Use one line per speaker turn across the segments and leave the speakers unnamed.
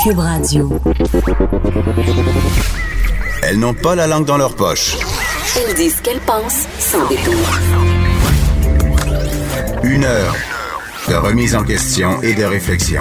Cube Radio.
Elles n'ont pas la langue dans leur poche.
Elles disent ce qu'elles pensent sans détour.
Une heure de remise en question et de réflexion.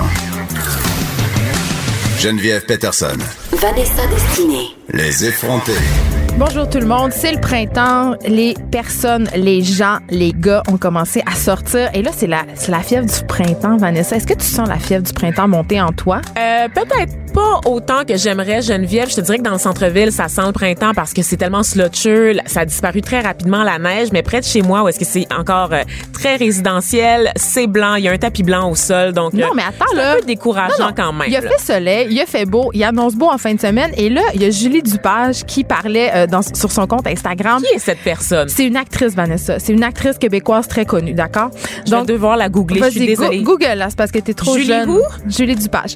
Geneviève Peterson.
Vanessa Destinée.
Les effrontés.
Bonjour tout le monde, c'est le printemps, les personnes, les gens, les gars ont commencé à sortir et là c'est la fièvre du printemps. Vanessa, est-ce que tu sens la fièvre du printemps monter en toi?
Peut-être pas autant que j'aimerais, Geneviève. Je te dirais que dans le centre-ville, ça sent le printemps parce que c'est tellement slotcheux, ça a disparu très rapidement la neige, mais près de chez moi où est-ce que c'est encore très résidentiel, c'est blanc, il y a un tapis blanc au sol, donc
non, mais attends,
c'est
là,
un peu décourageant quand même.
Il a fait soleil, il a fait beau, il annonce beau en fin de semaine et là, il y a Julie Dupage qui parlait sur son compte Instagram.
Qui est cette personne?
C'est une actrice, Vanessa. C'est une actrice québécoise très connue, d'accord?
Je vais devoir la googler, je suis désolée.
Google, là, c'est parce que t'es trop
Julie
jeune.
Who?
Julie Dupage.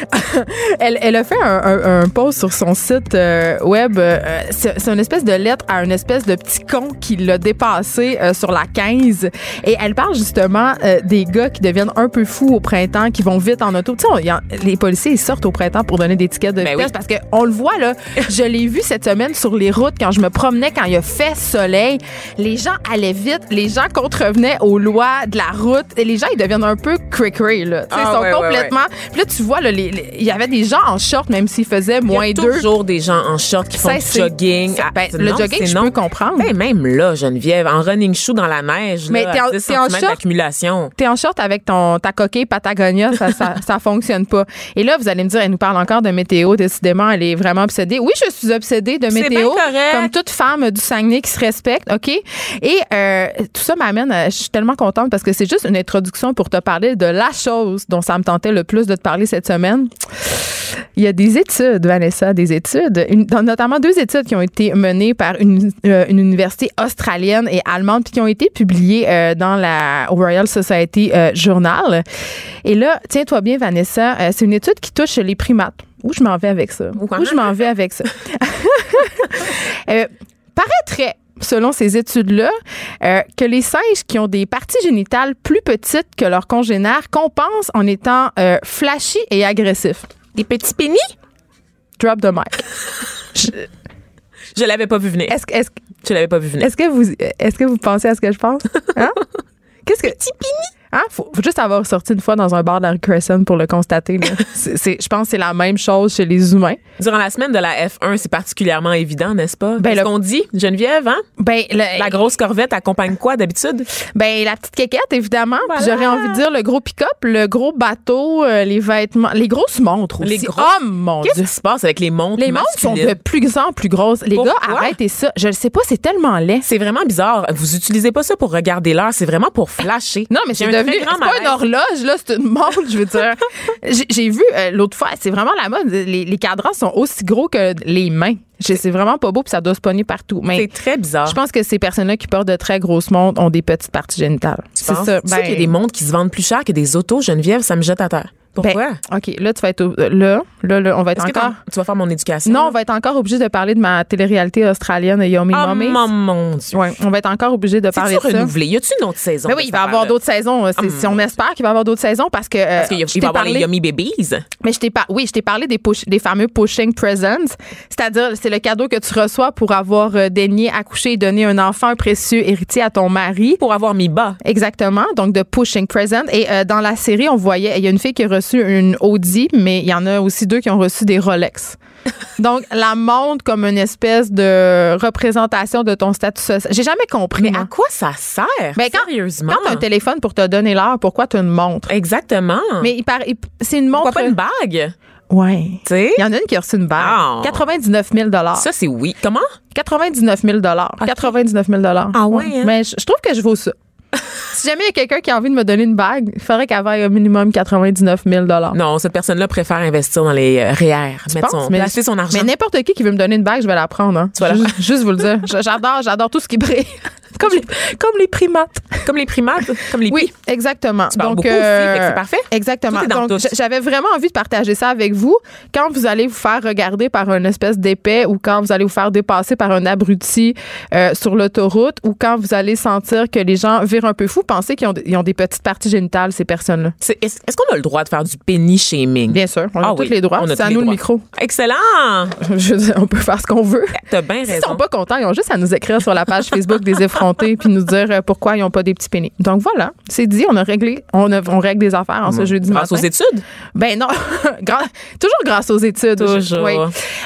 Elle a fait un post sur son site web. C'est une espèce de lettre à une espèce de petit con qui l'a dépassé sur la 15. Et elle parle justement des gars qui deviennent un peu fous au printemps, qui vont vite en auto. Tu sais, les policiers, ils sortent au printemps pour donner des tickets de vitesse
oui.
parce qu'on le voit, là. Je l'ai vu cette semaine sur les routes quand je me promenais, quand il a fait soleil. Les gens allaient vite. Les gens contrevenaient aux lois de la route. Et les gens, ils deviennent un peu cray-cray, là. Tu sais, ils sont complètement... Puis là, tu vois, là, il y avait des gens en short, même s'il faisait moins 2.
Il y a toujours des gens en short qui font du jogging.
Le jogging, je peux comprendre.
Ben, même là, Geneviève, en running shoe dans la neige,
mais
là,
t'es
à 10 cm d'accumulation.
T'es en short avec ta coquille Patagonia, ça fonctionne pas. Et là, vous allez me dire, elle nous parle encore de météo. Décidément, elle est vraiment obsédée. Oui, je suis obsédée de météo. Comme toute femme du Saguenay qui se respecte, OK? Et tout ça m'amène je suis tellement contente parce que c'est juste une introduction pour te parler de la chose dont ça me tentait le plus de te parler cette semaine. Il y a des études, Vanessa, notamment 2 études qui ont été menées par une université australienne et allemande puis qui ont été publiées dans la Royal Society Journal. Et là, tiens-toi bien, Vanessa, c'est une étude qui touche les primates. Où je m'en vais avec ça? Paraîtrait, selon ces études-là, que les singes qui ont des parties génitales plus petites que leurs congénères compensent en étant flashy et agressifs.
Des petits pénis?
Drop the mic.
Je l'avais pas vu venir. Je l'avais pas vu venir.
Est-ce que vous pensez à ce que je pense? Hein? Petit pénis? Hein? Faut juste avoir sorti une fois dans un bar de la rue Crescent pour le constater. Là. Je pense que c'est la même chose chez les humains.
Durant la semaine de la F1, c'est particulièrement évident, n'est-ce pas?
Ben,
Qu'est-ce qu'on dit, Geneviève? Hein? La grosse corvette accompagne quoi d'habitude?
Ben, la petite quéquette, évidemment.
Voilà.
Puis j'aurais envie de dire le gros pick-up, le gros bateau, les vêtements, les grosses montres aussi. Oh mon Dieu!
Qu'est-ce qui se passe avec les montres?
Les montres sont de plus en plus grosses. Les gars, arrêtez ça. Je le sais pas, c'est tellement laid.
C'est vraiment bizarre. Vous utilisez pas ça pour regarder l'heure, c'est vraiment pour flasher.
Non, mais c'est devenu... C'est pas une horloge, là, c'est une montre, je veux dire. J'ai vu l'autre fois, c'est vraiment la mode. Les cadrans sont aussi gros que les mains. C'est vraiment pas beau puis ça doit se pogner partout. Mais
c'est très bizarre.
Je pense que ces personnes-là qui portent de très grosses montres ont des petites parties génitales.
C'est ça. Tu sais qu'il y a des montres qui se vendent plus cher que des autos, Geneviève, ça me jette à terre. Pourquoi?
OK, là, tu vas être... Là, on va être encore...
Tu vas faire mon éducation?
Non, on va être encore obligé de parler de ma télé-réalité australienne Yummy Mummies.
Oh, mon Dieu.
Oui, on va être encore obligé de parler de ça.
Renouvelé? Y a-tu une autre saison?
Ben oui, il va y avoir d'autres saisons. Si on espère qu'il va y avoir d'autres saisons parce qu'il
va y avoir les Yummy Babies. Mais
je t'ai parlé des fameux pushing presents. C'est-à-dire, c'est le cadeau que tu reçois pour avoir daigné accoucher et donner un enfant précieux héritier à ton mari.
Pour avoir mis bas.
Exactement. Donc, de pushing present. Et dans la série, on voyait, il y a une fille qui a reçu une Audi, mais il y en a aussi 2 qui ont reçu des Rolex. Donc, la montre comme une espèce de représentation de ton statut social. J'ai jamais compris.
Mais à quoi ça sert? Ben, sérieusement?
Quand tu as un téléphone pour te donner l'heure, pourquoi tu as une montre?
Exactement.
Mais c'est une montre.
Pourquoi pas une bague?
Oui.
Tu sais?
Il y en a une qui a reçu une bague. Oh. 99 000
Ça, c'est oui. Comment?
99 000 okay. 99 000
Ah ouais? Hein?
Mais je trouve que je vaux ça. Si jamais il y a quelqu'un qui a envie de me donner une bague, il faudrait qu'elle vaille au minimum 99 000
Non, cette personne-là préfère investir dans les REER. Placer son argent.
Mais n'importe qui veut me donner une bague, je vais la prendre. Hein. Juste vous le dire. J'adore tout ce qui brille. Comme les primates.
Comme les primates? Comme les
Oui, exactement.
Tu parles beaucoup aussi, c'est parfait.
Exactement. Donc, j'avais vraiment envie de partager ça avec vous. Quand vous allez vous faire regarder par une espèce d'épais ou quand vous allez vous faire dépasser par un abruti sur l'autoroute ou quand vous allez sentir que les gens virent un peu fous, pensez qu'ils ont des petites parties génitales, ces personnes-là.
Est-ce qu'on a le droit de faire du penny shaming?
Bien sûr. On a tous les droits. C'est à nous le micro.
Excellent!
Je veux dire, on peut faire ce qu'on veut.
T'as bien raison.
S'ils sont pas contents, ils ont juste à nous écrire sur la page Facebook des effrontés puis nous dire pourquoi ils n'ont pas des petits pénis. Donc voilà, c'est dit, on règle des affaires en ce jeudi matin.
Grâce aux études?
Ben non, toujours grâce aux études.
Toujours.
Oui.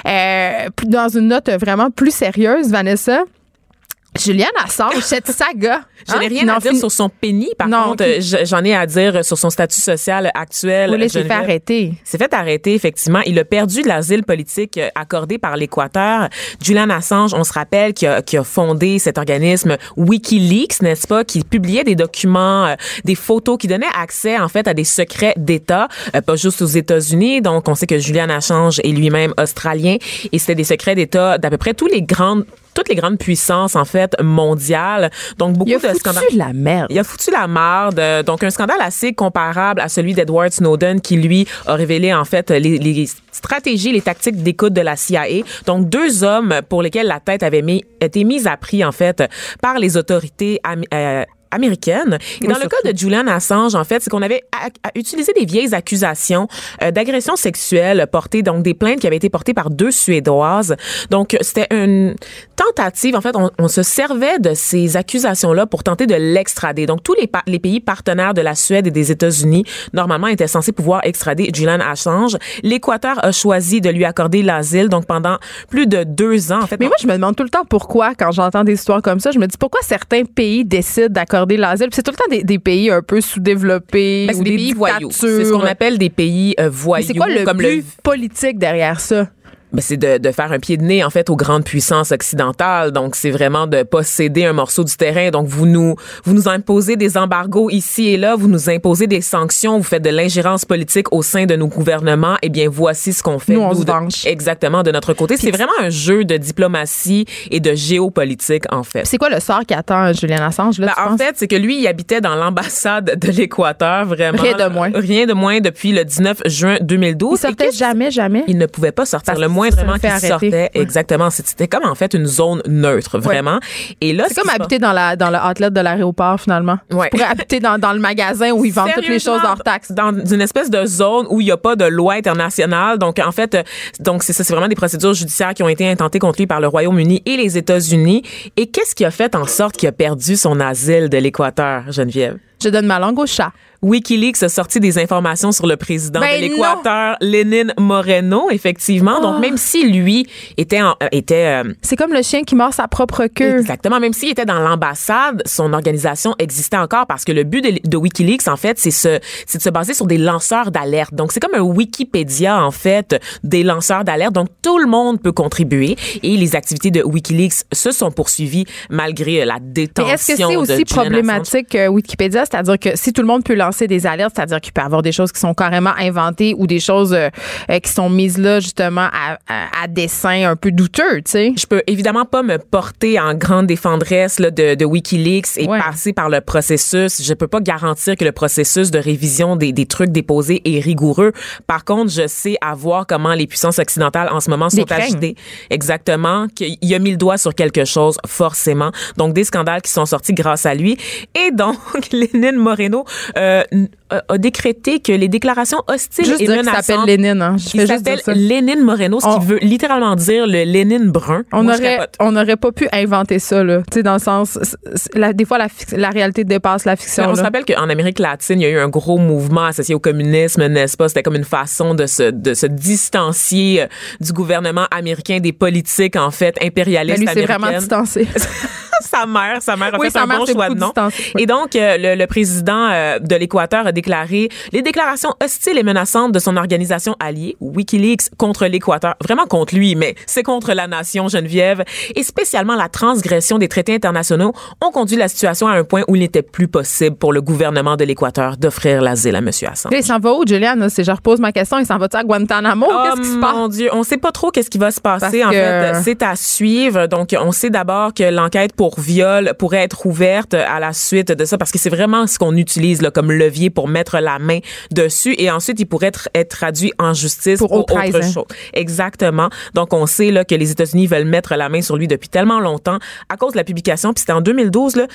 Dans une note vraiment plus sérieuse, Vanessa, Julian Assange, cette saga.
Je n'ai rien à dire sur son penny. Par contre, j'en ai à dire sur son statut social actuel.
Oui, il s'est fait arrêter.
S'est fait arrêter, effectivement. Il a perdu l'asile politique accordé par l'Équateur. Julian Assange, on se rappelle, qui a fondé cet organisme WikiLeaks, n'est-ce pas, qui publiait des documents, des photos qui donnaient accès, en fait, à des secrets d'État, pas juste aux États-Unis. Donc, on sait que Julian Assange est lui-même australien et c'était des secrets d'État d'à peu près toutes les grandes puissances, en fait, mondiales. Donc, beaucoup de scandales.
Il a foutu la merde.
Il a foutu la merde. Donc, un scandale assez comparable à celui d'Edward Snowden qui, lui, a révélé, en fait, les stratégies, les tactiques d'écoute de la CIA. Donc, 2 hommes pour lesquels la tête avait été mise à prix, en fait, par les autorités américaine. Et dans le cas de Julian Assange, en fait, c'est qu'on avait utilisé des vieilles accusations d'agression sexuelle portées, donc des plaintes qui avaient été portées par 2 Suédoises. Donc, c'était une tentative. En fait, on se servait de ces accusations-là pour tenter de l'extrader. Donc, tous les pays partenaires de la Suède et des États-Unis, normalement, étaient censés pouvoir extrader Julian Assange. L'Équateur a choisi de lui accorder l'asile, donc pendant plus de 2 ans, en fait.
Mais moi, je me demande tout le temps pourquoi, quand j'entends des histoires comme ça, je me dis pourquoi certains pays décident d'accorder l'asile. Puis c'est tout le temps des pays un peu sous-développés ou des pays voyous.
C'est ce qu'on appelle des pays voyous.
Mais c'est quoi le but politique derrière ça?
Ben c'est de faire un pied de nez, en fait, aux grandes puissances occidentales. Donc, c'est vraiment de pas céder un morceau du terrain. Donc, vous nous imposez des embargos ici et là, vous nous imposez des sanctions, vous faites de l'ingérence politique au sein de nos gouvernements. Eh bien, voici ce qu'on fait.
Nous, on se venge.
Exactement, de notre côté. C'est vraiment un jeu de diplomatie et de géopolitique, en fait.
C'est quoi le sort qui attend Julian Assange, là,
en fait, c'est que lui, il habitait dans l'ambassade de l'Équateur, vraiment.
Rien de moins.
Rien de moins depuis le 19 juin 2012.
Il sortait jamais.
Il ne pouvait pas sortir. Le moindrement qu'il sortait. Exactement. C'était comme, en fait, une zone neutre, vraiment.
Ouais.
Et là,
c'est comme habiter dans le outlet de l'aéroport, finalement.
Ouais.
Tu pourrais habiter dans le magasin où ils vendent toutes les choses hors taxe.
Dans une espèce de zone où il n'y a pas de loi internationale. Donc, en fait, c'est ça, c'est vraiment des procédures judiciaires qui ont été intentées contre lui par le Royaume-Uni et les États-Unis. Et qu'est-ce qui a fait en sorte qu'il a perdu son asile de l'Équateur, Geneviève?
Je donne ma langue au chat.
WikiLeaks a sorti des informations sur le président de l'Équateur, Lénine Moreno, effectivement. Donc, même si lui était
c'est comme le chien qui mord sa propre queue.
Exactement. Même s'il était dans l'ambassade, son organisation existait encore parce que le but de WikiLeaks, en fait, c'est de se baser sur des lanceurs d'alerte. Donc, c'est comme un Wikipédia, en fait, des lanceurs d'alerte. Donc, tout le monde peut contribuer et les activités de WikiLeaks se sont poursuives malgré la détention.
Mais est-ce que c'est aussi problématique Wikipédia? C'est-à-dire que si tout le monde peut lancer des alertes, c'est-à-dire qu'il peut y avoir des choses qui sont carrément inventées ou des choses qui sont mises là justement à dessein un peu douteux, tu sais.
Je peux évidemment pas me porter en grande défendresse là, de WikiLeaks et passer par le processus. Je peux pas garantir que le processus de révision des trucs déposés est rigoureux. Par contre, je sais à voir comment les puissances occidentales en ce moment sont agitées. Exactement. Qu'il a mis le doigt sur quelque chose, forcément. Donc, des scandales qui sont sortis grâce à lui. Et donc, Lénine Moreno a décrété que les déclarations hostiles
juste
et menaçantes...
Il s'appelle Lénine, hein.
Il s'appelle Lénine Moreno, ce qui veut littéralement dire le Lénine brun.
On n'aurait pas pu inventer ça, là. Tu sais, dans le sens... des fois, la réalité dépasse la fiction.
On se rappelle qu'en Amérique latine, il y a eu un gros mouvement associé au communisme, n'est-ce pas? C'était comme une façon de se distancier du gouvernement américain, des politiques, en fait, impérialistes américaines.
Lui, c'est vraiment distancé.
Sa mère a fait un bon choix de nom. Et donc, le président de l'Équateur a déclaré les déclarations hostiles et menaçantes de son organisation alliée, WikiLeaks, contre l'Équateur. Vraiment contre lui, mais c'est contre la nation, Geneviève. Et spécialement la transgression des traités internationaux ont conduit la situation à un point où il n'était plus possible pour le gouvernement de l'Équateur d'offrir l'asile à M. Assange.
Il s'en va où, Julian? Je repose ma question. Il s'en va-tu à Guantanamo? Qu'est-ce qui se passe?
Mon Dieu, on sait pas trop qu'est-ce qui va se passer. En fait, c'est à suivre. Donc, on sait d'abord que l'enquête pour pour viol pourrait être ouverte à la suite de ça parce que c'est vraiment ce qu'on utilise là, comme levier pour mettre la main dessus et ensuite il pourrait être traduit en justice pour autre chose. Exactement. Donc on sait là que les États-Unis veulent mettre la main sur lui depuis tellement longtemps à cause de la publication, puis c'était en 2012 là,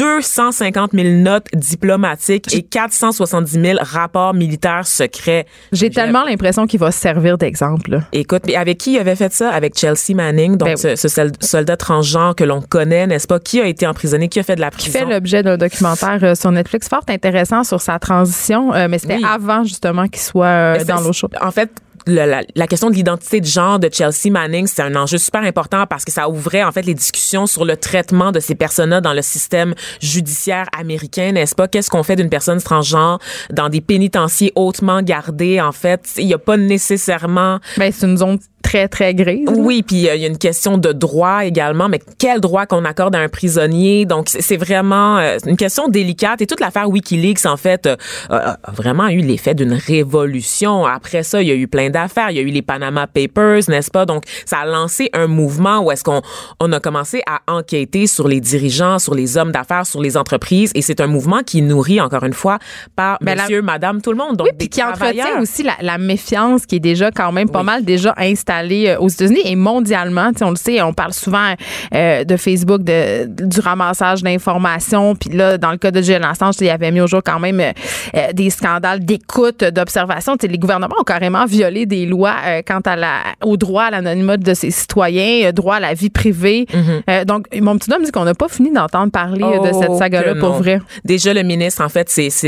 250 000 notes diplomatiques et 470 000 rapports militaires secrets.
J'ai tellement l'impression qu'il va se servir d'exemple. Là.
Écoute, mais avec qui il avait fait ça? Avec Chelsea Manning, donc ce soldat transgenre que l'on connaît, n'est-ce pas? Qui a été emprisonné? Qui a fait de la prison?
Qui fait l'objet d'un documentaire sur Netflix fort intéressant sur sa transition, mais c'était avant justement qu'il soit dans l'eau chaude.
En fait, la question de l'identité de genre de Chelsea Manning, c'est un enjeu super important parce que ça ouvrait en fait les discussions sur le traitement de ces personnes-là dans le système judiciaire américain, n'est-ce pas? Qu'est-ce qu'on fait d'une personne transgenre dans des pénitenciers hautement gardés? En fait, il y a pas nécessairement...
Ben, c'est une zone très, très grise.
Oui, puis il y a une question de droit également, mais quel droit qu'on accorde à un prisonnier? Donc, c'est vraiment une question délicate. Et toute l'affaire WikiLeaks, en fait, a vraiment eu l'effet d'une révolution. Après ça, il y a eu plein d'affaires. Il y a eu les Panama Papers, n'est-ce pas? Donc, ça a lancé un mouvement où est-ce qu'on a commencé à enquêter sur les dirigeants, sur les hommes d'affaires, sur les entreprises. Et c'est un mouvement qui nourrit, encore une fois, par monsieur, madame, tout le monde. Donc,
oui, puis qui entretient aussi la méfiance qui est déjà quand même pas mal déjà installée aux États-Unis et mondialement. On le sait, on parle souvent de Facebook, du ramassage d'informations. Puis là, dans le cas de Julian Assange, il avait mis au jour quand même des scandales d'écoute, d'observation. Les gouvernements ont carrément violé des lois quant au droit à l'anonymat de ses citoyens, droit à la vie privée. Donc, mon petit homme dit qu'on n'a pas fini d'entendre parler de cette saga-là pour vrai.
Déjà, le ministre, en fait, c'est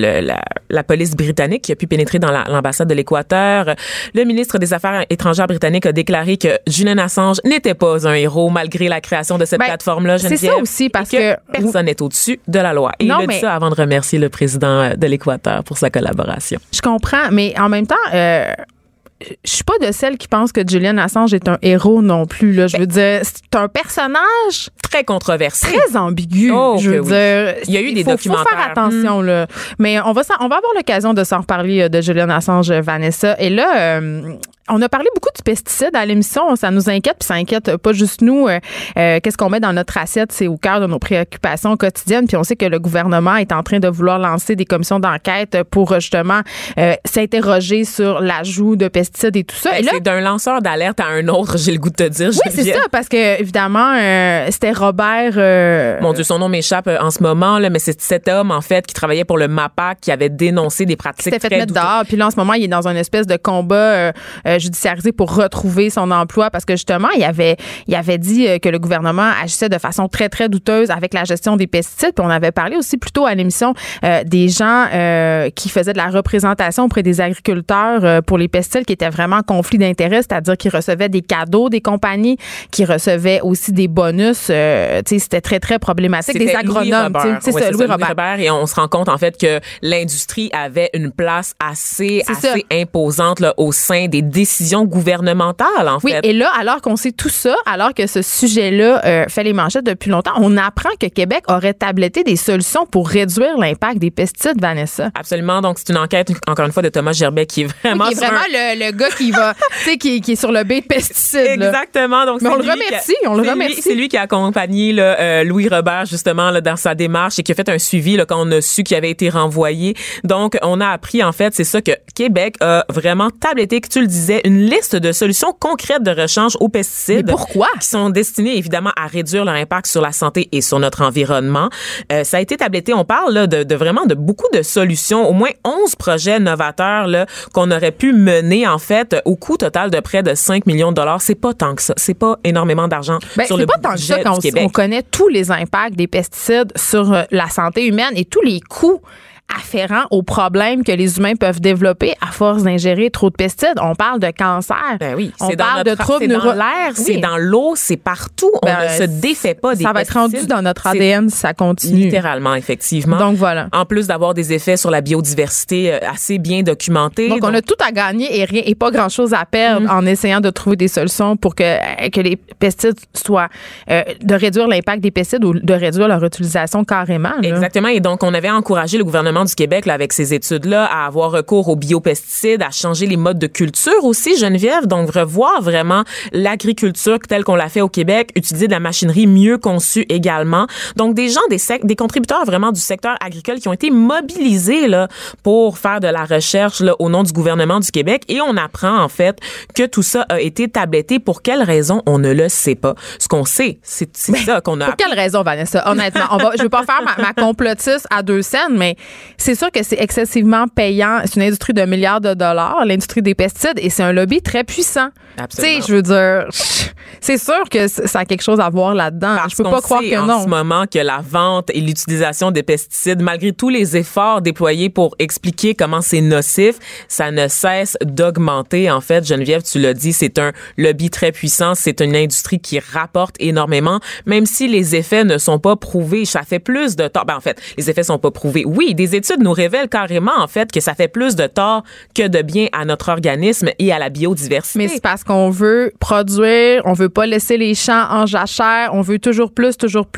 la police britannique qui a pu pénétrer dans l'ambassade de l'Équateur. Le ministre des Affaires étrangères britannique a déclaré que Julian Assange n'était pas un héros malgré la création de cette plateforme-là.
C'est ça aussi parce que
personne n'est au-dessus de la loi. Et il a dit ça avant de remercier le président de l'Équateur pour sa collaboration.
Je comprends, mais en même temps, je suis pas de celle qui pense que Julian Assange est un héros non plus. Là. Je veux dire, c'est un personnage
très controversé,
très ambigu. Je veux dire,
il y a eu des documentaires.
Faut faire attention là. Mais on va avoir l'occasion de s'en reparler de Julian Assange, Vanessa. Et là, on a parlé beaucoup du pesticide à l'émission. Ça nous inquiète, puis ça inquiète pas juste nous. Qu'est-ce qu'on met dans notre assiette, c'est au cœur de nos préoccupations quotidiennes. Puis on sait que le gouvernement est en train de vouloir lancer des commissions d'enquête pour justement s'interroger sur l'ajout de pesticides et tout ça. Et là,
c'est d'un lanceur d'alerte à un autre, j'ai le goût de te dire.
Oui, c'est ça, parce que évidemment, c'était Robert...
Mon Dieu, son nom m'échappe en ce moment, là, mais c'est cet homme, en fait, qui travaillait pour le MAPAC, qui avait dénoncé des pratiques très...
C'était fait mettre dehors. Puis là, en ce moment, il est dans une espèce de combat judiciarisé pour retrouver son emploi parce que justement, il avait dit que le gouvernement agissait de façon très, très douteuse avec la gestion des pesticides. Puis on avait parlé aussi plus tôt à l'émission des gens qui faisaient de la représentation auprès des agriculteurs pour les pesticides qui étaient vraiment en conflit d'intérêts, c'est-à-dire qu'ils recevaient des cadeaux des compagnies, qui recevaient aussi des bonus. Tu sais, c'était très, très problématique. C'était des agronomes.
C'est ça, Louis Robert. Et on se rend compte, en fait, que l'industrie avait une place assez imposante là, au sein des décisions gouvernementales, en fait.
Oui, et là, alors qu'on sait tout ça, alors que ce sujet-là fait les manchettes depuis longtemps, on apprend que Québec aurait tabletté des solutions pour réduire l'impact des pesticides, Vanessa.
Absolument. Donc, c'est une enquête, encore une fois, de Thomas Gerbet qui est vraiment...
Oui, qui est vraiment le gars qui va, tu sais, qui est sur le B de pesticides.
Exactement. Donc,
mais on le remercie,
C'est lui qui a accompagné Louis Robert, justement, là, dans sa démarche et qui a fait un suivi là, quand on a su qu'il avait été renvoyé. Donc, on a appris, en fait, c'est ça, que Québec a vraiment tabletté, que tu le disais, une liste de solutions concrètes de rechange aux pesticides.
Mais pourquoi?
Qui sont destinées, évidemment, à réduire leur impact sur la santé et sur notre environnement. Ça a été tabletté. On parle là, de vraiment de beaucoup de solutions, au moins 11 projets novateurs là, qu'on aurait pu mener, en fait, au coût total de près de 5 millions de dollars. C'est pas tant que ça. C'est pas énormément d'argent sur le budget du Québec. C'est pas tant que ça qu'on
connaît tous les impacts des pesticides sur la santé humaine et tous les coûts afférents aux problèmes que les humains peuvent développer à force d'ingérer trop de pesticides. On parle de cancer.
Ben oui,
on parle de troubles
dans l'air, c'est dans l'eau, c'est partout. On ne se défait pas des pesticides.
Ça va être rendu dans notre ADN si ça continue.
Littéralement, effectivement.
Donc voilà.
En plus d'avoir des effets sur la biodiversité assez bien documentés.
Donc on a tout à gagner et pas grand-chose à perdre en essayant de trouver des solutions pour que les pesticides soient de réduire l'impact des pesticides ou de réduire leur utilisation carrément. Là.
Exactement. Et donc on avait encouragé le gouvernement gouvernement du Québec, là, avec ces études-là, à avoir recours aux biopesticides, à changer les modes de culture aussi, Geneviève. Donc, revoir vraiment l'agriculture telle qu'on l'a fait au Québec, utiliser de la machinerie mieux conçue également. Donc, des gens, des contributeurs vraiment du secteur agricole qui ont été mobilisés là pour faire de la recherche là, au nom du gouvernement du Québec. Et on apprend, en fait, que tout ça a été tabletté. Pour quelle raison, on ne le sait pas. Ce qu'on sait, c'est ça qu'on a
Pour quelle raison, Vanessa? Honnêtement, je veux pas faire ma complotiste à 2 cents, mais c'est sûr que c'est excessivement payant. C'est une industrie de milliards de dollars, l'industrie des pesticides, et c'est un lobby très puissant.
Absolument.
Tu sais, je veux dire, c'est sûr que ça a quelque chose à voir là-dedans.
Parce
je peux pas croire que non.
En ce moment que la vente et l'utilisation des pesticides, malgré tous les efforts déployés pour expliquer comment c'est nocif, ça ne cesse d'augmenter. En fait, Geneviève, tu l'as dit, c'est un lobby très puissant. C'est une industrie qui rapporte énormément, même si les effets ne sont pas prouvés. Ça fait plus de tort. En fait, les effets sont pas prouvés. Oui, des études nous révèlent carrément, en fait, que ça fait plus de tort que de bien à notre organisme et à la biodiversité.
Mais c'est parce qu'on veut produire, on veut pas laisser les champs en jachère, on veut toujours plus,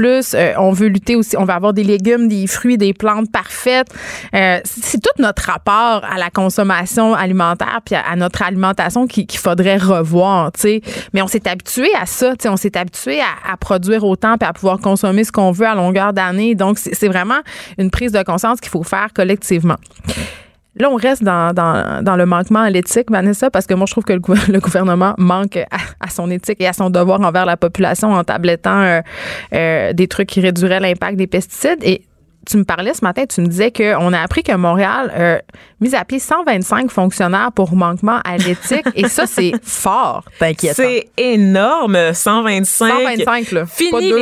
on veut lutter aussi, on veut avoir des légumes, des fruits, des plantes parfaites. C'est tout notre rapport à la consommation alimentaire puis à notre alimentation qu'il faudrait revoir, tu sais. Mais on s'est habitué à ça, tu sais, on s'est habitué à produire autant puis à pouvoir consommer ce qu'on veut à longueur d'année. Donc, c'est vraiment une prise de conscience qu'il faut faire collectivement. Là, on reste dans le manquement à l'éthique, Vanessa, parce que moi, je trouve que le gouvernement manque à son éthique et à son devoir envers la population en tablettant des trucs qui réduiraient l'impact des pesticides. Et tu me parlais ce matin, tu me disais qu'on a appris que Montréal a mis à pied 125 fonctionnaires pour manquement à l'éthique. Et ça, c'est fort, t'inquiète.
C'est énorme, 125.
125, là.
Fini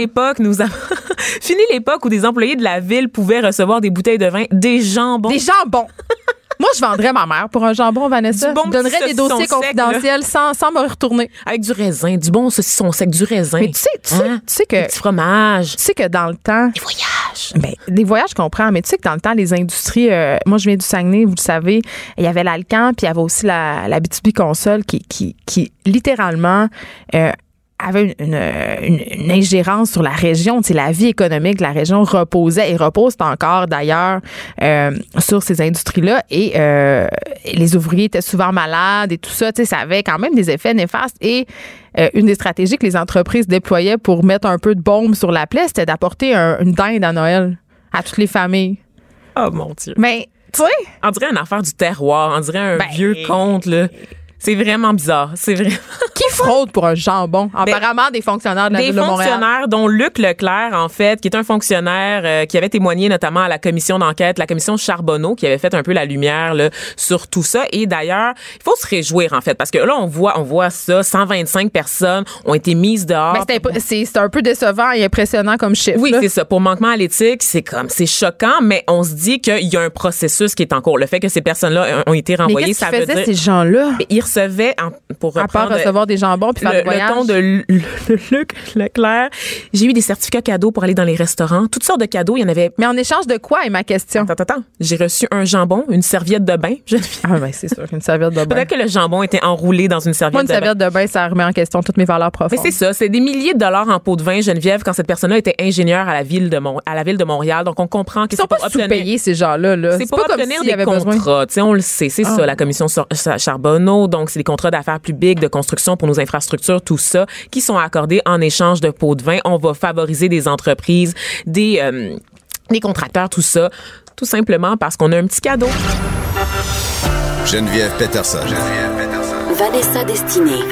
l'époque où des employés de la ville pouvaient recevoir des bouteilles de vin, des jambons.
Des jambons! Moi, je vendrais ma mère pour un jambon, Vanessa.
Du bon
je donnerais des dossiers confidentiels sans me retourner.
Avec du raisin, du bon saucisson sec, du raisin.
Mais tu sais que...
Des petits fromages.
Tu sais que dans le temps...
Des voyages.
Ben, des voyages, je comprends. Mais tu sais que dans le temps, les industries... moi, je viens du Saguenay, vous le savez. Il y avait l'Alcan, puis il y avait aussi la BTB-Consol qui littéralement... avait une ingérence sur la région. Tu sais, la vie économique de la région reposait et repose encore d'ailleurs sur ces industries-là. Et les ouvriers étaient souvent malades et tout ça. Tu sais, ça avait quand même des effets néfastes. Et une des stratégies que les entreprises déployaient pour mettre un peu de baume sur la plaie, c'était d'apporter une dinde à Noël à toutes les familles.
Oh mon Dieu.
Mais, tu sais...
On dirait une affaire du terroir. On dirait un vieux conte, là. C'est vraiment bizarre. C'est vraiment...
Qui fraude pour un jambon? Apparemment, des fonctionnaires de la Ville de Montréal.
Des fonctionnaires, dont Luc Leclerc, en fait, qui est un fonctionnaire qui avait témoigné notamment à la commission d'enquête, la commission Charbonneau, qui avait fait un peu la lumière là, sur tout ça. Et d'ailleurs, il faut se réjouir, en fait, parce que là, on voit ça, 125 personnes ont été mises dehors.
Ben, c'est un peu décevant et impressionnant comme chiffre.
Oui,
là.
c'est ça. Pour manquement à l'éthique, c'est choquant, mais on se dit qu'il y a un processus qui est en cours. Le fait que ces personnes-là ont été renvoyées,
mais
ça
veut dire...
Mais qu'est-ce
qu'ils faisaient, ces gens-là?
Ils recevaient, pour reprendre...
À part recevoir des jambons puis faire le voyage.
Le ton de Luc Leclerc. J'ai eu des certificats cadeaux pour aller dans les restaurants. Toutes sortes de cadeaux. Il y en avait...
Mais en échange de quoi est ma question?
Attends. J'ai reçu un jambon, une serviette de bain.
Ah ben c'est sûr, une serviette de bain.
Peut-être que le jambon était enroulé dans une serviette de bain.
Moi, une serviette de bain, ça remet en question toutes mes valeurs profondes.
Mais c'est ça. C'est des milliers de dollars en pot de vin, Geneviève, quand cette personne-là était ingénieure à la ville de Montréal. Donc, on comprend que
ils sont pas sous-payés, ces gens-là. Là.
C'est pour obtenir des contrats. On le sait. C'est ça, la commission Charbonneau. Donc, c'est des contrats d'affaires publiques, de construction pour nos infrastructures, tout ça, qui sont accordés en échange de pots de vin. On va favoriser des entreprises, des contracteurs, tout ça, tout simplement parce qu'on a un petit cadeau.
Geneviève Peterson.
Vanessa Destinée.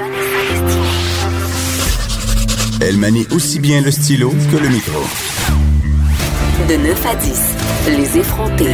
Elle manie aussi bien le stylo que le micro.
De 9 à 10, les effrontés.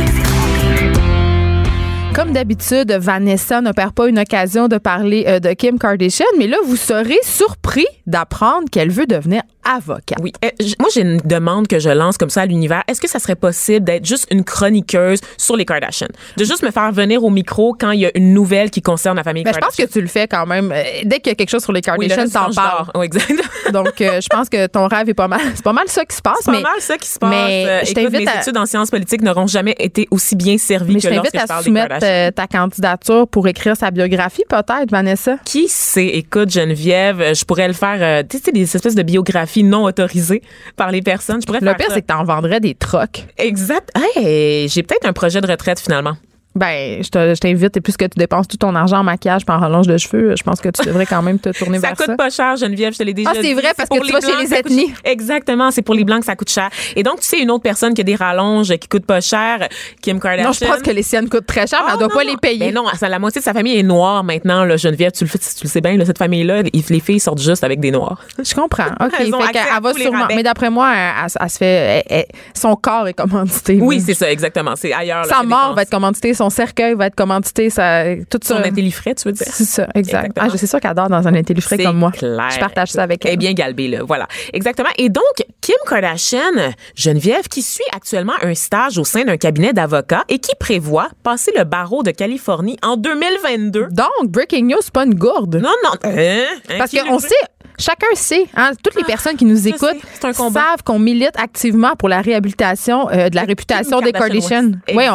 Comme d'habitude, Vanessa ne perd pas une occasion de parler de Kim Kardashian, mais là, vous serez surpris d'apprendre qu'elle veut devenir avocate.
Oui. Moi, j'ai une demande que je lance comme ça à l'univers. Est-ce que ça serait possible d'être juste une chroniqueuse sur les Kardashians? De juste me faire venir au micro quand il y a une nouvelle qui concerne la famille Kardashian?
Je pense que tu le fais quand même. Dès qu'il y a quelque chose sur les Kardashians, t'en parles.
Oh, exact.
Donc, je pense que ton rêve est pas mal. C'est pas mal ça qui se passe.
C'est pas mal ça qui se passe.
Mais je t'invite
mes études en sciences politiques n'auront jamais été aussi bien servies que lorsque je parle des Kardashians.
Ta candidature pour écrire sa biographie, peut-être, Vanessa?
Qui sait? Écoute, Geneviève, je pourrais le faire, tu sais, des espèces de biographies pornographie non autorisée par les personnes. Je pourrais
Le pire, c'est que t'en vendrais des trocs.
Exact. Hey, j'ai peut-être un projet de retraite finalement.
Ben, je t'invite, et puisque tu dépenses tout ton argent en maquillage et en rallonge de cheveux, je pense que tu devrais quand même te tourner vers ça.
Ça coûte pas cher, Geneviève, je te l'ai déjà dit.
Ah, c'est vrai, parce que tu vas chez les ethnies.
Exactement, c'est pour les Blancs que ça coûte cher. Et donc, tu sais, une autre personne qui a des rallonges qui coûtent pas cher, Kim Kardashian.
Non, je pense que les siennes coûtent très cher, mais elle doit pas les payer.
Mais non, la moitié de sa famille est noire maintenant, là, Geneviève. Tu le sais bien, là, cette famille-là, les filles sortent juste avec des noirs.
Je comprends. OK.
Elles ont
fait qu'elle va sûrement. Mais d'après moi, elle se fait. Son corps est commandité.
Oui, c'est ça, exactement. C'est ailleurs.
Sa mort va être commandité, son cercueil va être commandité, tout ça.
Son intellifrais, tu veux dire?
C'est ça, exact. Ah, je suis sûre qu'elle dort dans un intellifrais comme moi.
Clair.
Je partage ça avec elle.
Elle est bien galbée, là. Voilà. Exactement. Et donc, Kim Kardashian, Geneviève, qui suit actuellement un stage au sein d'un cabinet d'avocats et qui prévoit passer le barreau de Californie en 2022.
Donc, breaking news, c'est pas une gourde.
Non.
Parce qu'on sait, chacun sait, hein, toutes les personnes qui nous écoutent savent qu'on milite activement pour la réhabilitation de la réputation des Kardashians. Oui,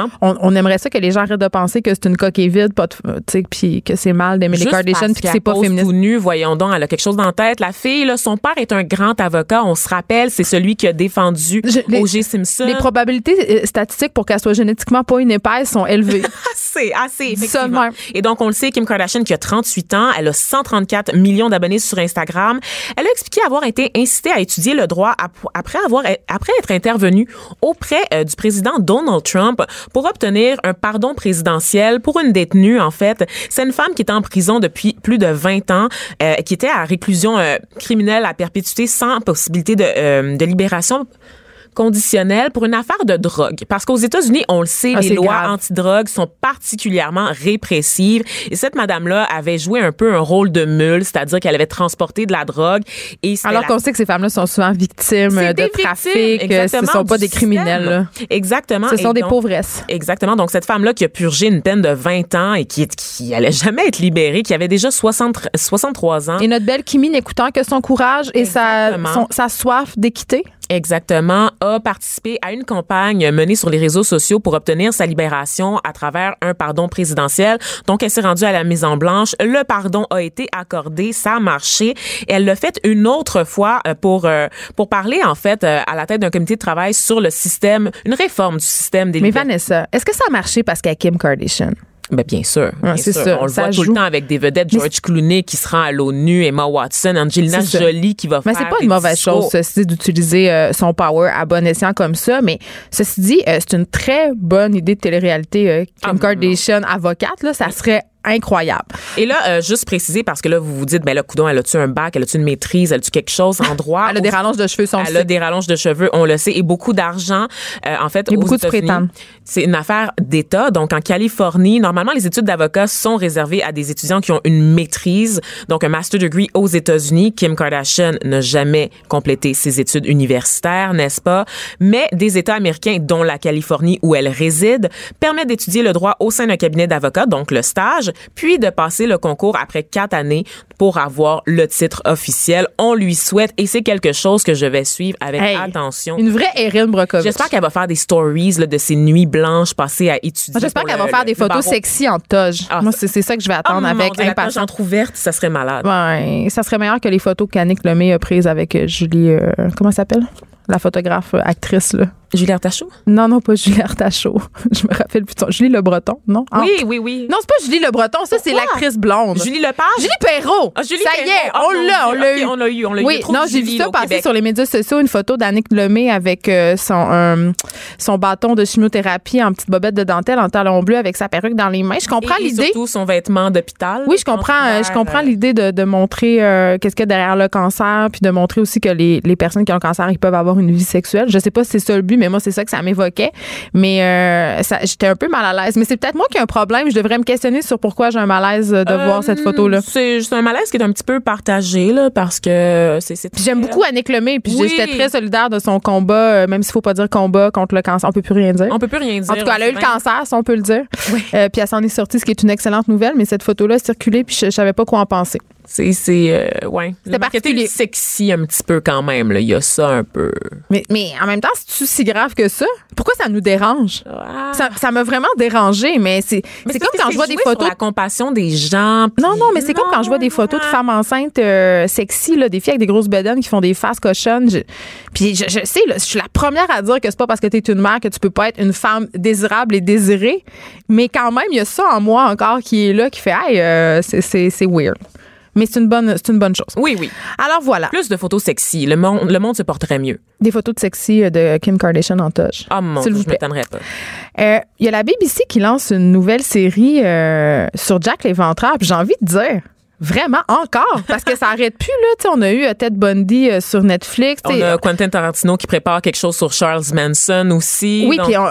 on aimerait ça que les gens arrêtent de penser que c'est une coquille vide, puis que c'est mal d'aimer les Kardashians, puis que c'est pas féministe.
Tout nu, voyons donc, elle a quelque chose dans la tête. La fille, là, son père est un grand avocat. On se rappelle, c'est celui qui a défendu O.J. Simpson.
Les probabilités statistiques pour qu'elle soit génétiquement pas une épaisse sont élevées.
assez, effectivement. Et donc, on le sait, Kim Kardashian, qui a 38 ans, elle a 134 millions d'abonnés sur Instagram. Elle a expliqué avoir été incitée à étudier le droit après être intervenue auprès du président Donald Trump pour obtenir un pardon présidentiel pour une détenue, en fait. C'est une femme qui était en prison depuis plus de 20 ans, qui était à réclusion criminelle à perpétuité sans possibilité de libération conditionnelle pour une affaire de drogue. Parce qu'aux États-Unis, on le sait, les lois anti-drogue sont particulièrement répressives. Et cette madame-là avait joué un peu un rôle de mule, c'est-à-dire qu'elle avait transporté de la drogue. Et
alors qu'on sait que ces femmes-là sont souvent victimes de trafic, ce ne sont pas des criminels. Là.
Exactement.
Ce sont des pauvresses.
Exactement. Donc, cette femme-là qui a purgé une peine de 20 ans et qui allait jamais être libérée, qui avait déjà 63 ans.
Et notre belle Kimi, n'écoutant que son courage et sa soif d'équité.
Exactement, a participé à une campagne menée sur les réseaux sociaux pour obtenir sa libération à travers un pardon présidentiel. Donc, elle s'est rendue à la Maison Blanche. Le pardon a été accordé, ça a marché. Et elle l'a fait une autre fois pour parler, en fait, à la tête d'un comité de travail sur le système, une réforme du système des libertés.
Mais Vanessa, est-ce que ça a marché parce qu'elle est Kim Kardashian?
Ben bien sûr.
C'est ça.
On le voit tout le temps avec des vedettes. George Clooney qui se rend à l'ONU, Emma Watson, Angelina Jolie qui va faire.
Mais c'est pas une mauvaise chose, ceci, d'utiliser son power à bon escient comme ça. Mais ceci dit, c'est une très bonne idée de télé-réalité. Kim Kardashian, avocate, là, ça serait incroyable.
Et là, juste préciser, parce que là, vous vous dites, ben là, coudonc, elle a-tu un bac, elle a-tu une maîtrise, elle a-tu quelque chose en droit?
Elle a des rallonges de cheveux,
Elle a des rallonges de cheveux, on le sait, et beaucoup d'argent. En fait,
et beaucoup de prétendants.
C'est une affaire d'État. Donc, en Californie, normalement, les études d'avocat sont réservées à des étudiants qui ont une maîtrise, donc un master degree aux États-Unis. Kim Kardashian n'a jamais complété ses études universitaires, n'est-ce pas? Mais des États américains, dont la Californie où elle réside, permettent d'étudier le droit au sein d'un cabinet d'avocats, donc le stage, puis de passer le concours après 4 années pour avoir le titre officiel. On lui souhaite, et c'est quelque chose que je vais suivre avec attention.
Une vraie Erin Brockovich.
J'espère qu'elle va faire des stories là, de ses nuits blanches passées à étudier.
J'espère qu'elle va faire des photos sexy en toge. Moi, c'est ça que je vais attendre avec
impatience. La toge entrouverte, ça serait malade.
Ouais, ça serait meilleur que les photos qu'Annick Lemay a prises avec Julie... comment elle s'appelle? La photographe, actrice, là.
Julie Artachot?
Non, pas Julie Artachot. Je me rappelle plus de son. Julie Le Breton, non?
Oui.
Non, c'est pas Julie Le Breton, ça, c'est l'actrice blonde.
Julie Lepage?
Julie Perrault!
Ah, Julie
ça
Perrault.
y est, on l'a eu.
Oui,
non, j'ai vu ça passer sur les médias sociaux, une photo d'Annick Lemay avec son bâton de chimiothérapie en petite bobette de dentelle en talons bleus avec sa perruque dans les mains. Je comprends l'idée.
Et surtout son vêtement d'hôpital.
Oui, je comprends l'idée de montrer qu'est-ce qu'il y a derrière le cancer, puis de montrer aussi que les personnes qui ont le cancer, ils peuvent avoir une vie sexuelle. Je sais pas si c'est ça le but, mais moi, c'est ça que ça m'évoquait. Mais j'étais un peu mal à l'aise. Mais c'est peut-être moi qui ai un problème. Je devrais me questionner sur pourquoi j'ai un malaise de voir cette photo-là.
C'est un malaise qui est un petit peu partagé, là, parce que
Puis j'aime beaucoup Annick Lemay, puis j'étais très solidaire de son combat, même s'il faut pas dire combat contre le cancer. On peut plus rien dire.
On peut plus rien dire.
En tout cas, elle a eu le cancer, si on peut le dire. Oui. Puis elle s'en est sortie, ce qui est une excellente nouvelle, mais cette photo-là a circulé, puis je savais pas quoi en penser.
Ouais. Le marketing sexy un petit peu quand même, là. Il y a ça un peu.
Mais en même temps, c'est-tu si grave que ça? Pourquoi ça nous dérange? Ah. Ça m'a vraiment dérangé, mais c'est comme quand je vois des photos.
Sur la compassion des gens.
Non, mais c'est comme quand je vois des photos de femmes enceintes sexy, là, des filles avec des grosses bedaines qui font des faces cochonnes. Puis je sais, là, je suis la première à dire que c'est pas parce que t'es une mère que tu peux pas être une femme désirable et désirée. Mais quand même, il y a ça en moi encore qui est là, qui fait, hey, c'est weird. Mais c'est une bonne chose.
Oui.
Alors voilà.
Plus de photos sexy. Le monde se porterait mieux.
Des photos de sexy de Kim Kardashian en toge.
Ah mon Dieu, je m'étonnerais pas.
Il y a la BBC qui lance une nouvelle série sur Jack l'Éventreur. Puis j'ai envie de dire, vraiment encore, parce que ça arrête plus, là. T'sais, on a eu Ted Bundy sur Netflix.
On a Quentin Tarantino qui prépare quelque chose sur Charles Manson aussi.
Oui, puis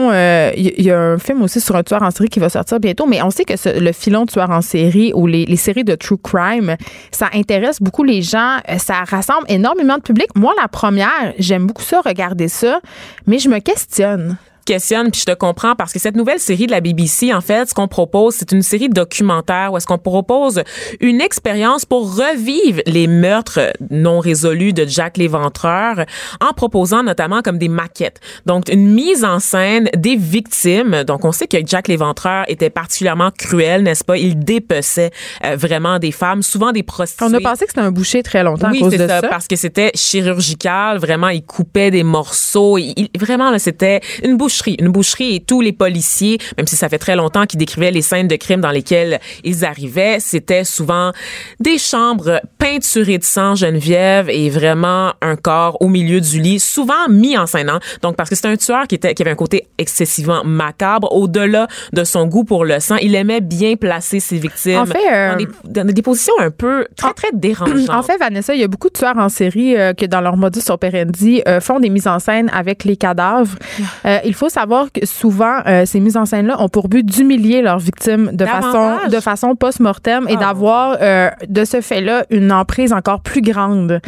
il y a un film aussi sur un tueur en série qui va sortir bientôt, mais on sait que le filon de tueur en série ou les séries de true crime, ça intéresse beaucoup les gens, ça rassemble énormément de public. Moi, la première, j'aime beaucoup ça, regarder ça, mais je me questionne.
Puis je te comprends parce que cette nouvelle série de la BBC, en fait, ce qu'on propose, c'est une série documentaire où est-ce qu'on propose une expérience pour revivre les meurtres non résolus de Jack l'Éventreur en proposant notamment comme des maquettes. Donc, une mise en scène des victimes. Donc, on sait que Jack l'Éventreur était particulièrement cruel, n'est-ce pas? Il dépeçait vraiment des femmes, souvent des prostituées.
On a pensé que c'était un boucher très longtemps à cause de ça. Oui, c'est ça,
parce que c'était chirurgical. Vraiment, il coupait des morceaux. Vraiment, là, c'était une boucherie et tous les policiers, même si ça fait très longtemps qu'ils décrivaient les scènes de crime dans lesquelles ils arrivaient, c'était souvent des chambres peinturées de sang, Geneviève, et vraiment un corps au milieu du lit, souvent mis en scène. Hein? Donc, parce que c'était un tueur qui avait un côté excessivement macabre, au-delà de son goût pour le sang. Il aimait bien placer ses victimes dans des positions un peu très dérangeantes.
En fait, Vanessa, il y a beaucoup de tueurs en série que dans leur modus operandi font des mises en scène avec les cadavres. Il faut savoir que souvent, ces mises en scène-là ont pour but d'humilier leurs victimes de façon post-mortem et d'avoir, de ce fait-là, une emprise encore plus grande.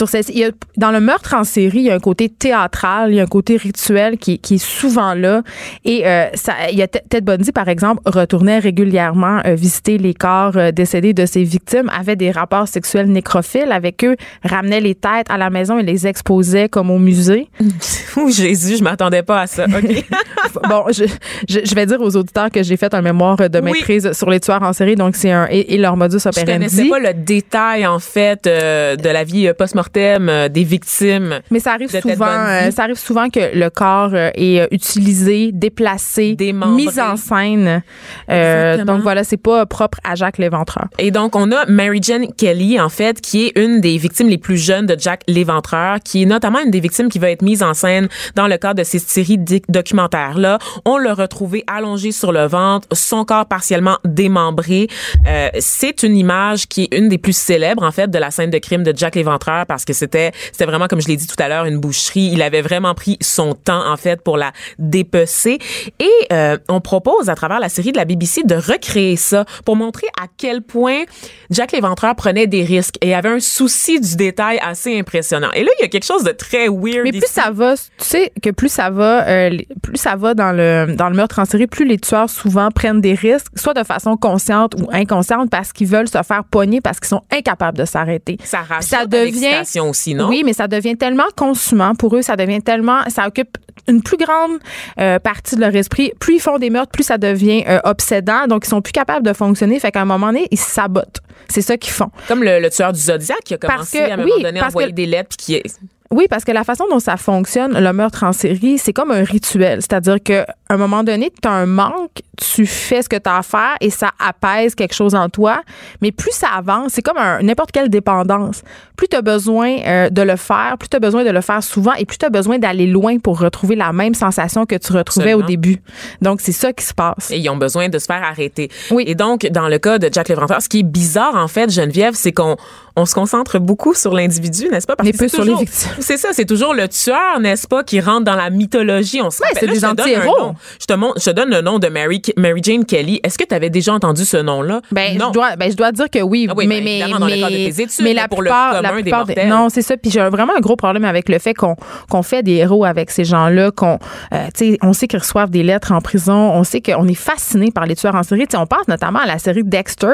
Dans le meurtre en série, il y a un côté théâtral, il y a un côté rituel qui est souvent là. Et il y a Ted Bundy, par exemple, retournait régulièrement visiter les corps décédés de ses victimes, avait des rapports sexuels nécrophiles avec eux, ramenait les têtes à la maison et les exposait comme au musée.
Oh Jésus, je m'attendais pas à ça. OK.
Bon, je vais dire aux auditeurs que j'ai fait un mémoire de maîtrise sur les tueurs en série, donc c'est et leur modus operandi.
Je connaissais pas le détail, en fait, de la vie post-mortem des victimes.
Mais ça arrive souvent que le corps est utilisé, déplacé, mis en scène. Donc voilà, c'est pas propre à Jack l'Éventreur.
Et donc, on a Mary Jane Kelly, en fait, qui est une des victimes les plus jeunes de Jack l'Éventreur, qui est notamment une des victimes qui va être mise en scène dans le cadre de ces séries documentaire-là. On l'a retrouvé allongé sur le ventre, son corps partiellement démembré. C'est une image qui est une des plus célèbres, en fait, de la scène de crime de Jack l'Éventreur parce que c'était vraiment, comme je l'ai dit tout à l'heure, une boucherie. Il avait vraiment pris son temps, en fait, pour la dépecer. Et on propose, à travers la série de la BBC, de recréer ça pour montrer à quel point Jack l'Éventreur prenait des risques et avait un souci du détail assez impressionnant. Et là, il y a quelque chose de très weird.
Mais plus ça va, tu sais que plus ça va dans le meurtre en série, plus les tueurs souvent prennent des risques, soit de façon consciente ou inconsciente, parce qu'ils veulent se faire pogner, parce qu'ils sont incapables de s'arrêter.
Ça rajoute l'excitation aussi, non?
Oui, mais ça devient tellement consumant pour eux, ça occupe une plus grande partie de leur esprit. Plus ils font des meurtres, plus ça devient obsédant. Donc, ils sont plus capables de fonctionner. Fait qu'à un moment donné, ils se sabotent. C'est ça qu'ils font.
Comme le tueur du Zodiac qui a commencé à un moment donné à envoyer des lettres puis qui
Oui, parce que la façon dont ça fonctionne, le meurtre en série, c'est comme un rituel. C'est-à-dire qu'à un moment donné, tu as un manque, tu fais ce que tu as à faire et ça apaise quelque chose en toi. Mais plus ça avance, c'est comme n'importe quelle dépendance. Plus tu as besoin de le faire, plus tu as besoin de le faire souvent et plus tu as besoin d'aller loin pour retrouver la même sensation que tu retrouvais au début. Donc, c'est ça qui se passe.
Et ils ont besoin de se faire arrêter.
Oui.
Et donc, dans le cas de Jack l'Éventreur, ce qui est bizarre, en fait, Geneviève, c'est qu'on on se concentre beaucoup sur l'individu, n'est-ce pas?
Mais peu sur les victimes.
C'est ça, c'est toujours le tueur, n'est-ce pas, qui rentre dans la mythologie. On se rappelle.
C'est des anti-héros.
Je te donne le nom de Mary Jane Kelly. Est-ce que tu avais déjà entendu ce nom-là?
Non. Je dois dire que oui.
Ah oui, mais évidemment, dans le cadre de tes études,
mais la
pour
plupart,
le commun des mortels.
Non, c'est ça. Puis j'ai vraiment un gros problème avec le fait qu'on fait des héros avec ces gens-là, on sait qu'ils reçoivent des lettres en prison, on sait qu'on est fasciné par les tueurs en série. On pense notamment à la série Dexter,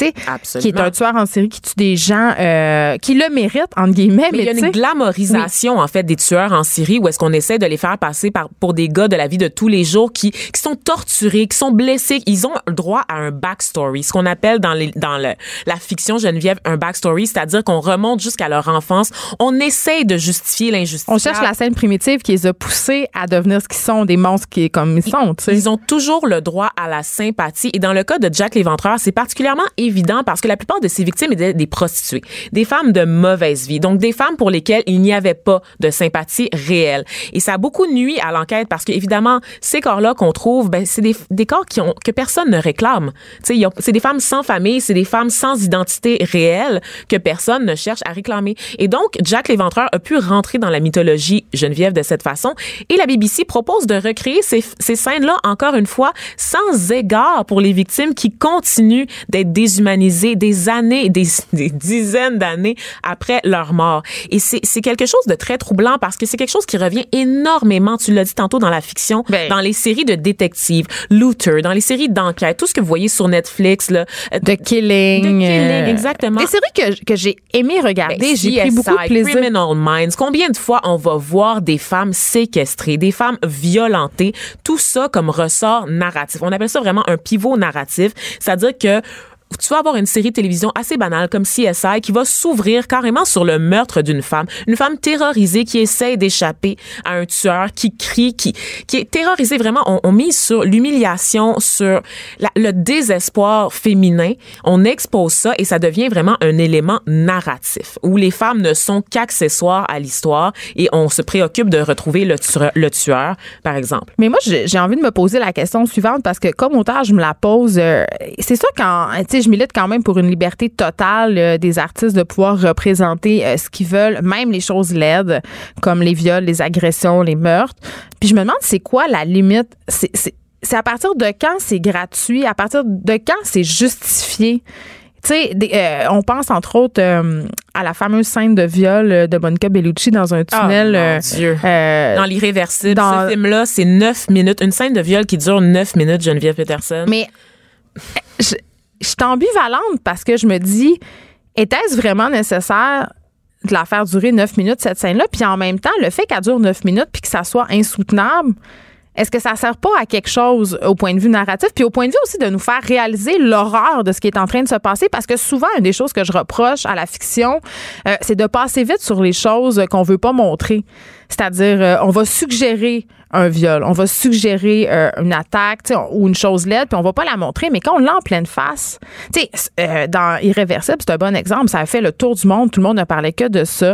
qui est un tueur en série qui tue des gens qui le méritent, entre guillemets.
Mais il y a une glamorisation, en fait, des tueurs en série où est-ce qu'on essaie de les faire passer pour des gars de la vie de tous les jours qui sont torturés, qui sont blessés. Ils ont le droit à un backstory, ce qu'on appelle dans la fiction, Geneviève, un backstory, c'est-à-dire qu'on remonte jusqu'à leur enfance. On essaie de justifier l'injustice.
On cherche la scène primitive qui les a poussés à devenir ce qu'ils sont, des monstres comme ils sont. T'sais.
Ils ont toujours le droit à la sympathie. Et dans le cas de Jack l'Éventreur, c'est particulièrement évident parce que la plupart de ses victimes étaient des prostituées, des femmes de mauvaise vie, donc des femmes pour lesquelles il n'y avait pas de sympathie réelle. Et ça a beaucoup nui à l'enquête parce que, évidemment, ces corps-là qu'on trouve, c'est des corps que personne ne réclame. C'est des femmes sans famille, c'est des femmes sans identité réelle que personne ne cherche à réclamer. Et donc, Jack l'Éventreur a pu rentrer dans la mythologie Geneviève de cette façon. Et la BBC propose de recréer ces scènes-là, encore une fois, sans égard pour les victimes qui continuent d'être déshumanisées des années, des dizaines d'années après leur mort. Et c'est quelque chose de très troublant parce que c'est quelque chose qui revient énormément, tu l'as dit tantôt, dans la fiction, dans les séries de détectives, Luther, dans les séries d'enquête, tout ce que vous voyez sur Netflix, là.
The Killing.
Exactement.
Des séries que j'ai aimé regarder, j'ai pris beaucoup de plaisir.
Criminal Minds. Combien de fois on va voir des femmes séquestrées, des femmes violentées, tout ça comme ressort narratif. On appelle ça vraiment un pivot narratif, c'est-à-dire que tu vas avoir une série de télévision assez banale comme CSI qui va s'ouvrir carrément sur le meurtre d'une femme. Une femme terrorisée qui essaie d'échapper à un tueur, qui crie, qui est terrorisée. Vraiment, on mise sur l'humiliation, sur le désespoir féminin. On expose ça et ça devient vraiment un élément narratif où les femmes ne sont qu'accessoires à l'histoire et on se préoccupe de retrouver le tueur, par exemple.
Mais moi, j'ai envie de me poser la question suivante parce que comme auteur, je me la pose. C'est ça quand, tu sais, je milite quand même pour une liberté totale des artistes de pouvoir représenter ce qu'ils veulent, même les choses laides, comme les viols, les agressions, les meurtres. Puis je me demande, c'est quoi la limite? C'est à partir de quand c'est gratuit? À partir de quand c'est justifié? Tu sais, on pense entre autres à la fameuse scène de viol de Monica Bellucci dans un tunnel.
Oh, mon Dieu. Dans l'Irréversible. Ce film-là, c'est 9 minutes. Une scène de viol qui dure 9 minutes, Geneviève Peterson.
Mais je suis ambivalente parce que je me dis, était-ce vraiment nécessaire de la faire durer 9 minutes, cette scène-là? Puis en même temps, le fait qu'elle dure 9 minutes puis que ça soit insoutenable, est-ce que ça sert pas à quelque chose au point de vue narratif puis au point de vue aussi de nous faire réaliser l'horreur de ce qui est en train de se passer? Parce que souvent, une des choses que je reproche à la fiction, c'est de passer vite sur les choses qu'on veut pas montrer. C'est-à-dire, on va suggérer un viol, on va suggérer une attaque ou une chose laide, puis on va pas la montrer, mais quand on l'a en pleine face, tu sais, dans Irréversible, c'est un bon exemple, ça a fait le tour du monde, tout le monde ne parlait que de ça.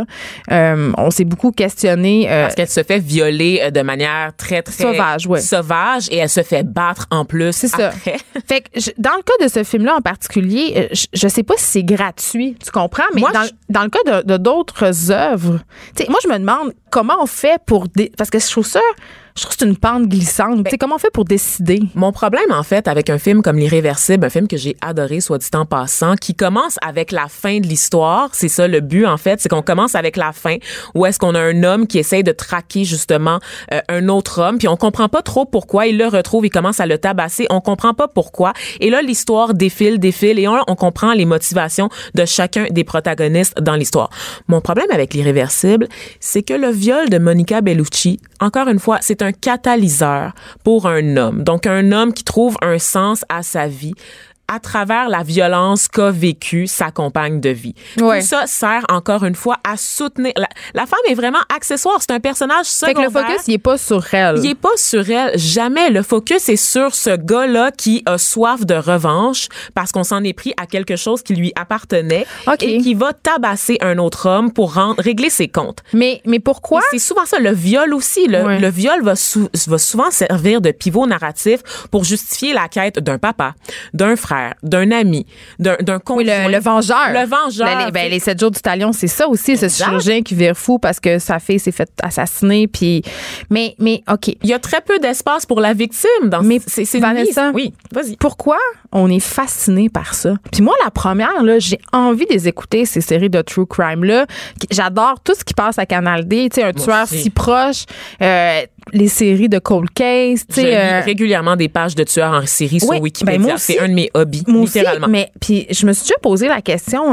On s'est beaucoup questionné.
Parce qu'elle se fait violer de manière très, très sauvage et elle se fait battre en plus.
C'est
après.
Ça. Fait que dans le cas de ce film-là en particulier, je sais pas si c'est gratuit, tu comprends, mais moi, dans le cas de d'autres œuvres, tu sais, moi je me demande comment on fait pour parce que je trouve que c'est une pente glissante. Tu sais, comment on fait pour décider?
Mon problème, en fait, avec un film comme L'Irréversible, un film que j'ai adoré, soit dit en passant, qui commence avec la fin de l'histoire. C'est ça, le but, en fait, c'est qu'on commence avec la fin, où est-ce qu'on a un homme qui essaye de traquer, justement, un autre homme, puis on comprend pas trop pourquoi. Il le retrouve, il commence à le tabasser. On comprend pas pourquoi. Et là, l'histoire défile, et on comprend les motivations de chacun des protagonistes dans l'histoire. Mon problème avec L'Irréversible, c'est que le viol de Monica Bellucci, encore une fois, c'est un catalyseur pour un homme. Donc, un homme qui trouve un sens à sa vie à travers la violence qu'a vécue sa compagne de vie. Ouais. Tout ça sert, encore une fois, à soutenir... La femme est vraiment accessoire. C'est un personnage secondaire.
Fait que le focus, il est pas sur elle.
Il est pas sur elle. Jamais. Le focus est sur ce gars-là qui a soif de revanche parce qu'on s'en est pris à quelque chose qui lui appartenait et qui va tabasser un autre homme pour régler ses comptes.
Mais pourquoi?
Et c'est souvent ça. Le viol aussi. Le viol va souvent servir de pivot narratif pour justifier la quête d'un papa, d'un frère, frère, d'un ami, d'un conjoint.
Oui, le vengeur.
Le vengeur.
Les 7 jours du talion, c'est ça aussi,
exact.
Ce chirurgien qui vire fou parce que sa fille s'est fait assassiner. Puis, mais OK.
Il y a très peu d'espace pour la victime dans c'est
Vanessa,
oui, vas-y.
Pourquoi on est fasciné par ça? Puis moi, la première, là, j'ai envie de les écouter, ces séries de true crime-là. J'adore tout ce qui passe à Canal D. Tu sais, un tueur si proche, les séries de cold case.
Je lis régulièrement des pages de tueurs en série sur Wikipédia.
Ben
c'est un de mes hobbies, littéralement.
Mais puis je me suis déjà posé la question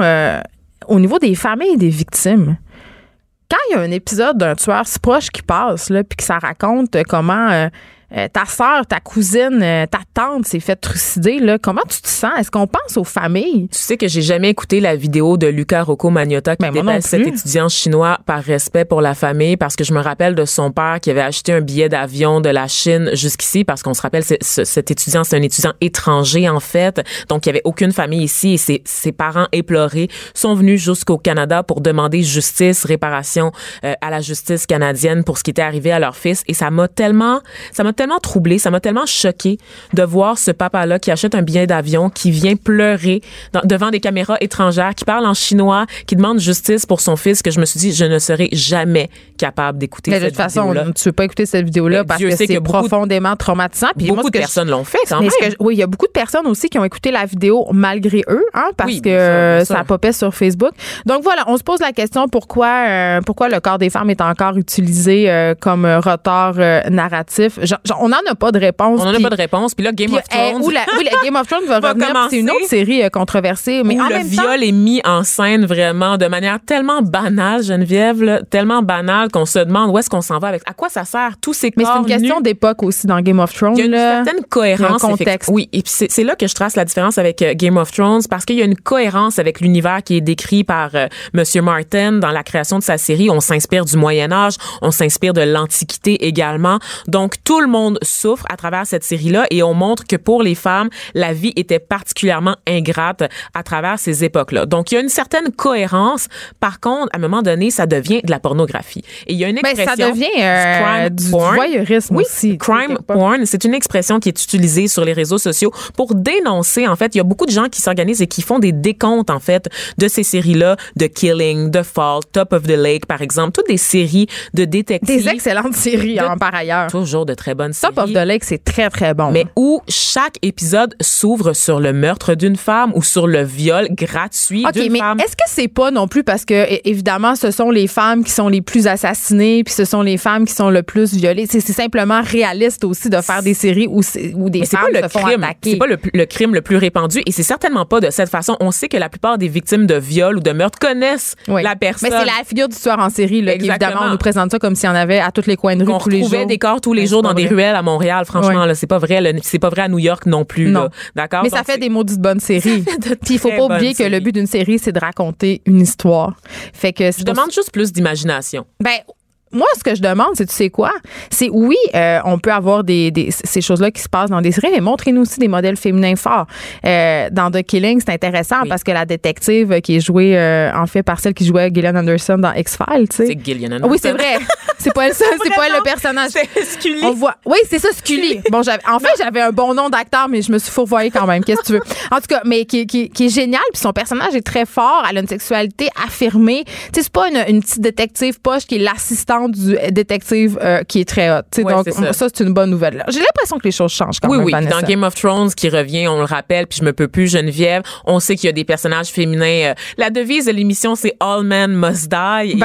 au niveau des familles et des victimes. Quand il y a un épisode d'un tueur si proche qui passe, là, puis que ça raconte comment ta sœur, ta cousine, ta tante s'est fait trucider, là, comment tu te sens? Est-ce qu'on pense aux familles?
Tu sais que j'ai jamais écouté la vidéo de Luca Rocco Magnotta qui dépasse cet étudiant chinois par respect pour la famille, parce que je me rappelle de son père qui avait acheté un billet d'avion de la Chine jusqu'ici, parce qu'on se rappelle, cet étudiant, c'est un étudiant étranger, en fait. Donc, il y avait aucune famille ici et ses parents éplorés sont venus jusqu'au Canada pour demander justice, réparation à la justice canadienne pour ce qui était arrivé à leur fils. Et ça m'a tellement troublée, ça m'a tellement choquée de voir ce papa-là qui achète un billet d'avion, qui vient pleurer devant des caméras étrangères, qui parle en chinois, qui demande justice pour son fils, que je me suis dit, je ne serai jamais capable d'écouter cette vidéo-là.
De toute façon, tu veux pas écouter cette vidéo-là parce que c'est profondément traumatisant.
Puis beaucoup de personnes l'ont fait quand même.
Oui, il y a beaucoup de personnes aussi qui ont écouté la vidéo malgré eux, parce que ça popait sur Facebook. Donc voilà, on se pose la question pourquoi le corps des femmes est encore utilisé comme retard narratif. On n'en a pas de réponse.
Puis là, Game of Thrones.
Game of Thrones va revenir. C'est une autre série controversée. Mais
où le viol est mis en scène vraiment de manière tellement banale, Geneviève, là, tellement banale qu'on se demande où est-ce qu'on s'en va avec. À quoi ça sert tous ces corps
nus? Mais c'est une question d'époque aussi dans Game of Thrones.
Il y a une certaine cohérence.
Un contexte.
Oui, et puis c'est là que je trace la différence avec Game of Thrones, parce qu'il y a une cohérence avec l'univers qui est décrit par Monsieur Martin dans la création de sa série. On s'inspire du Moyen-Âge, on s'inspire de l'Antiquité également. Donc, tout le monde souffre à travers cette série-là et on montre que pour les femmes, la vie était particulièrement ingrate à travers ces époques-là. Donc, il y a une certaine cohérence. Par contre, à un moment donné, ça devient de la pornographie. Et il y a une expression...
ça devient du voyeurisme aussi.
Crime porn, c'est une expression qui est utilisée sur les réseaux sociaux pour dénoncer, en fait, il y a beaucoup de gens qui s'organisent et qui font des décomptes, en fait, de ces séries-là, de Killing, The Fall, Top of the Lake, par exemple, toutes des séries de détectives.
Des excellentes séries, par ailleurs.
Toujours de très bonnes séries.
Top of the Lake, c'est très, très bon.
Mais où chaque épisode s'ouvre sur le meurtre d'une femme ou sur le viol gratuit d'une femme.
Est-ce que c'est pas non plus parce que, évidemment, ce sont les femmes qui sont les plus assassinées, puis ce sont les femmes qui sont le plus violées. C'est simplement réaliste aussi de faire des séries où des femmes se font attaquer.
C'est pas le crime le plus répandu et c'est certainement pas de cette façon. On sait que la plupart des victimes de viol ou de meurtre connaissent la personne.
Mais c'est la figure du tueur en série, là, qui, évidemment, on nous présente ça comme s'il y en avait à tous les coins de rue tous les jours. On
trouvait des corps tous les jours dans des ruelles à Montréal. Franchement, là, c'est pas vrai. C'est pas vrai à New York non plus.
Non.
Là. D'accord?
Mais ça fait des maudites bonnes séries. Puis il faut pas oublier que le but d'une série, c'est de raconter une histoire. Fait que
je demande juste plus d'imagination.
Moi, ce que je demande, c'est, tu sais quoi? C'est oui, on peut avoir ces choses-là qui se passent dans des séries, mais montrez-nous aussi des modèles féminins forts. Dans The Killing, c'est intéressant parce que la détective qui est jouée, en fait, par celle qui jouait Gillian Anderson dans X-Files, tu sais.
C'est Gillian Anderson.
Oui, c'est vrai. C'est pas elle, c'est pas elle le personnage.
C'est Scully.
On voit. Oui, c'est ça, Scully. Bon, j'avais un bon nom d'acteur, mais je me suis fourvoyée quand même. Qu'est-ce que tu veux? En tout cas, mais qui est génial, puis son personnage est très fort. Elle a une sexualité affirmée. Tu sais, c'est pas une petite détective poche qui est l'assistante du détective qui est très hot. Donc, ça, c'est une bonne nouvelle. J'ai l'impression que les choses changent quand même.
Oui,
Vanessa.
dans Game of Thrones qui revient, on le rappelle, puis je me peux plus, Geneviève, on sait qu'il y a des personnages féminins. La devise de l'émission, c'est All Men Must Die.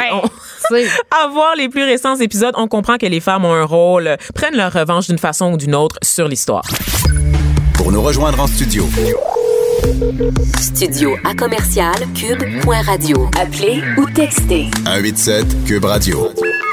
À voir les plus récents épisodes, on comprend que les femmes ont un rôle, prennent leur revanche d'une façon ou d'une autre sur l'histoire.
Pour nous rejoindre en studio.
Studio à commercial cube.radio. Appelez ou textez.
187 Cube Radio.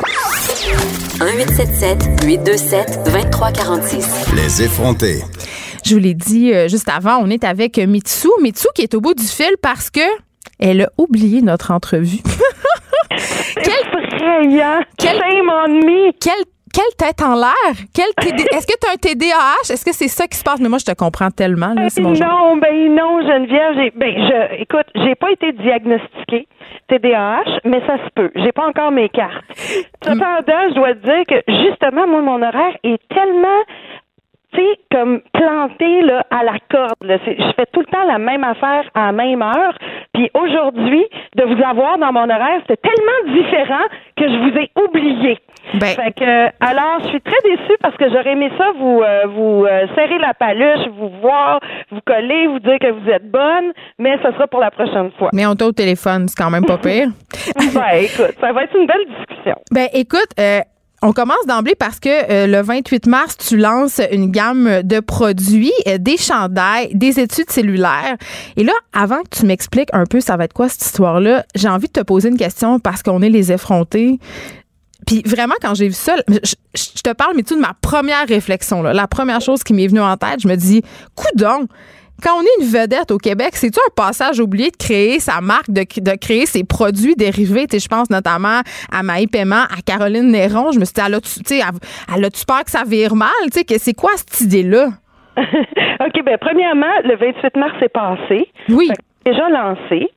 1877-827-2346.
Les effrontés.
Je vous l'ai dit juste avant, on est avec Mitsou. Mitsou qui est au bout du fil parce que elle a oublié notre entrevue.
Effrayant! Shame on me!
Quelle tête en l'air? Est-ce que tu as un TDAH? Est-ce que c'est ça qui se passe? Mais moi, je te comprends tellement. Là, c'est mon
non, Geneviève. Écoute, j'ai pas été diagnostiquée TDAH, mais ça se peut. J'ai pas encore mes cartes. Cependant, je dois te dire que, justement, moi, mon horaire est tellement comme planté là, à la corde. Là. Je fais tout le temps la même affaire à la même heure. Puis aujourd'hui, de vous avoir dans mon horaire, c'était tellement différent que je vous ai oublié. Fait que, alors, je suis très déçue parce que j'aurais aimé ça vous serrer la paluche, vous voir, vous coller, vous dire que vous êtes bonne, mais ce sera pour la prochaine fois.
Mais on t'a au téléphone, c'est quand même pas pire.
Écoute, ça va être une belle discussion.
Écoute, on commence d'emblée parce que le 28 mars, tu lances une gamme de produits, des chandails, des études cellulaires. Et là, avant que tu m'expliques un peu ça va être quoi cette histoire-là, j'ai envie de te poser une question parce qu'on est les effrontés. Puis vraiment, quand j'ai vu ça, je te parle, mais tout de ma première réflexion, là, la première chose qui m'est venue en tête, je me dis, coudonc, quand on est une vedette au Québec, c'est-tu un passage oublié de créer sa marque, de créer ses produits dérivés? Je pense notamment à Maï Paiement, à Caroline Néron. Je me suis dit, elle a-tu peur que ça vire mal? C'est quoi cette idée-là?
OK, premièrement, le 28 mars est passé.
Oui.
Déjà lancé.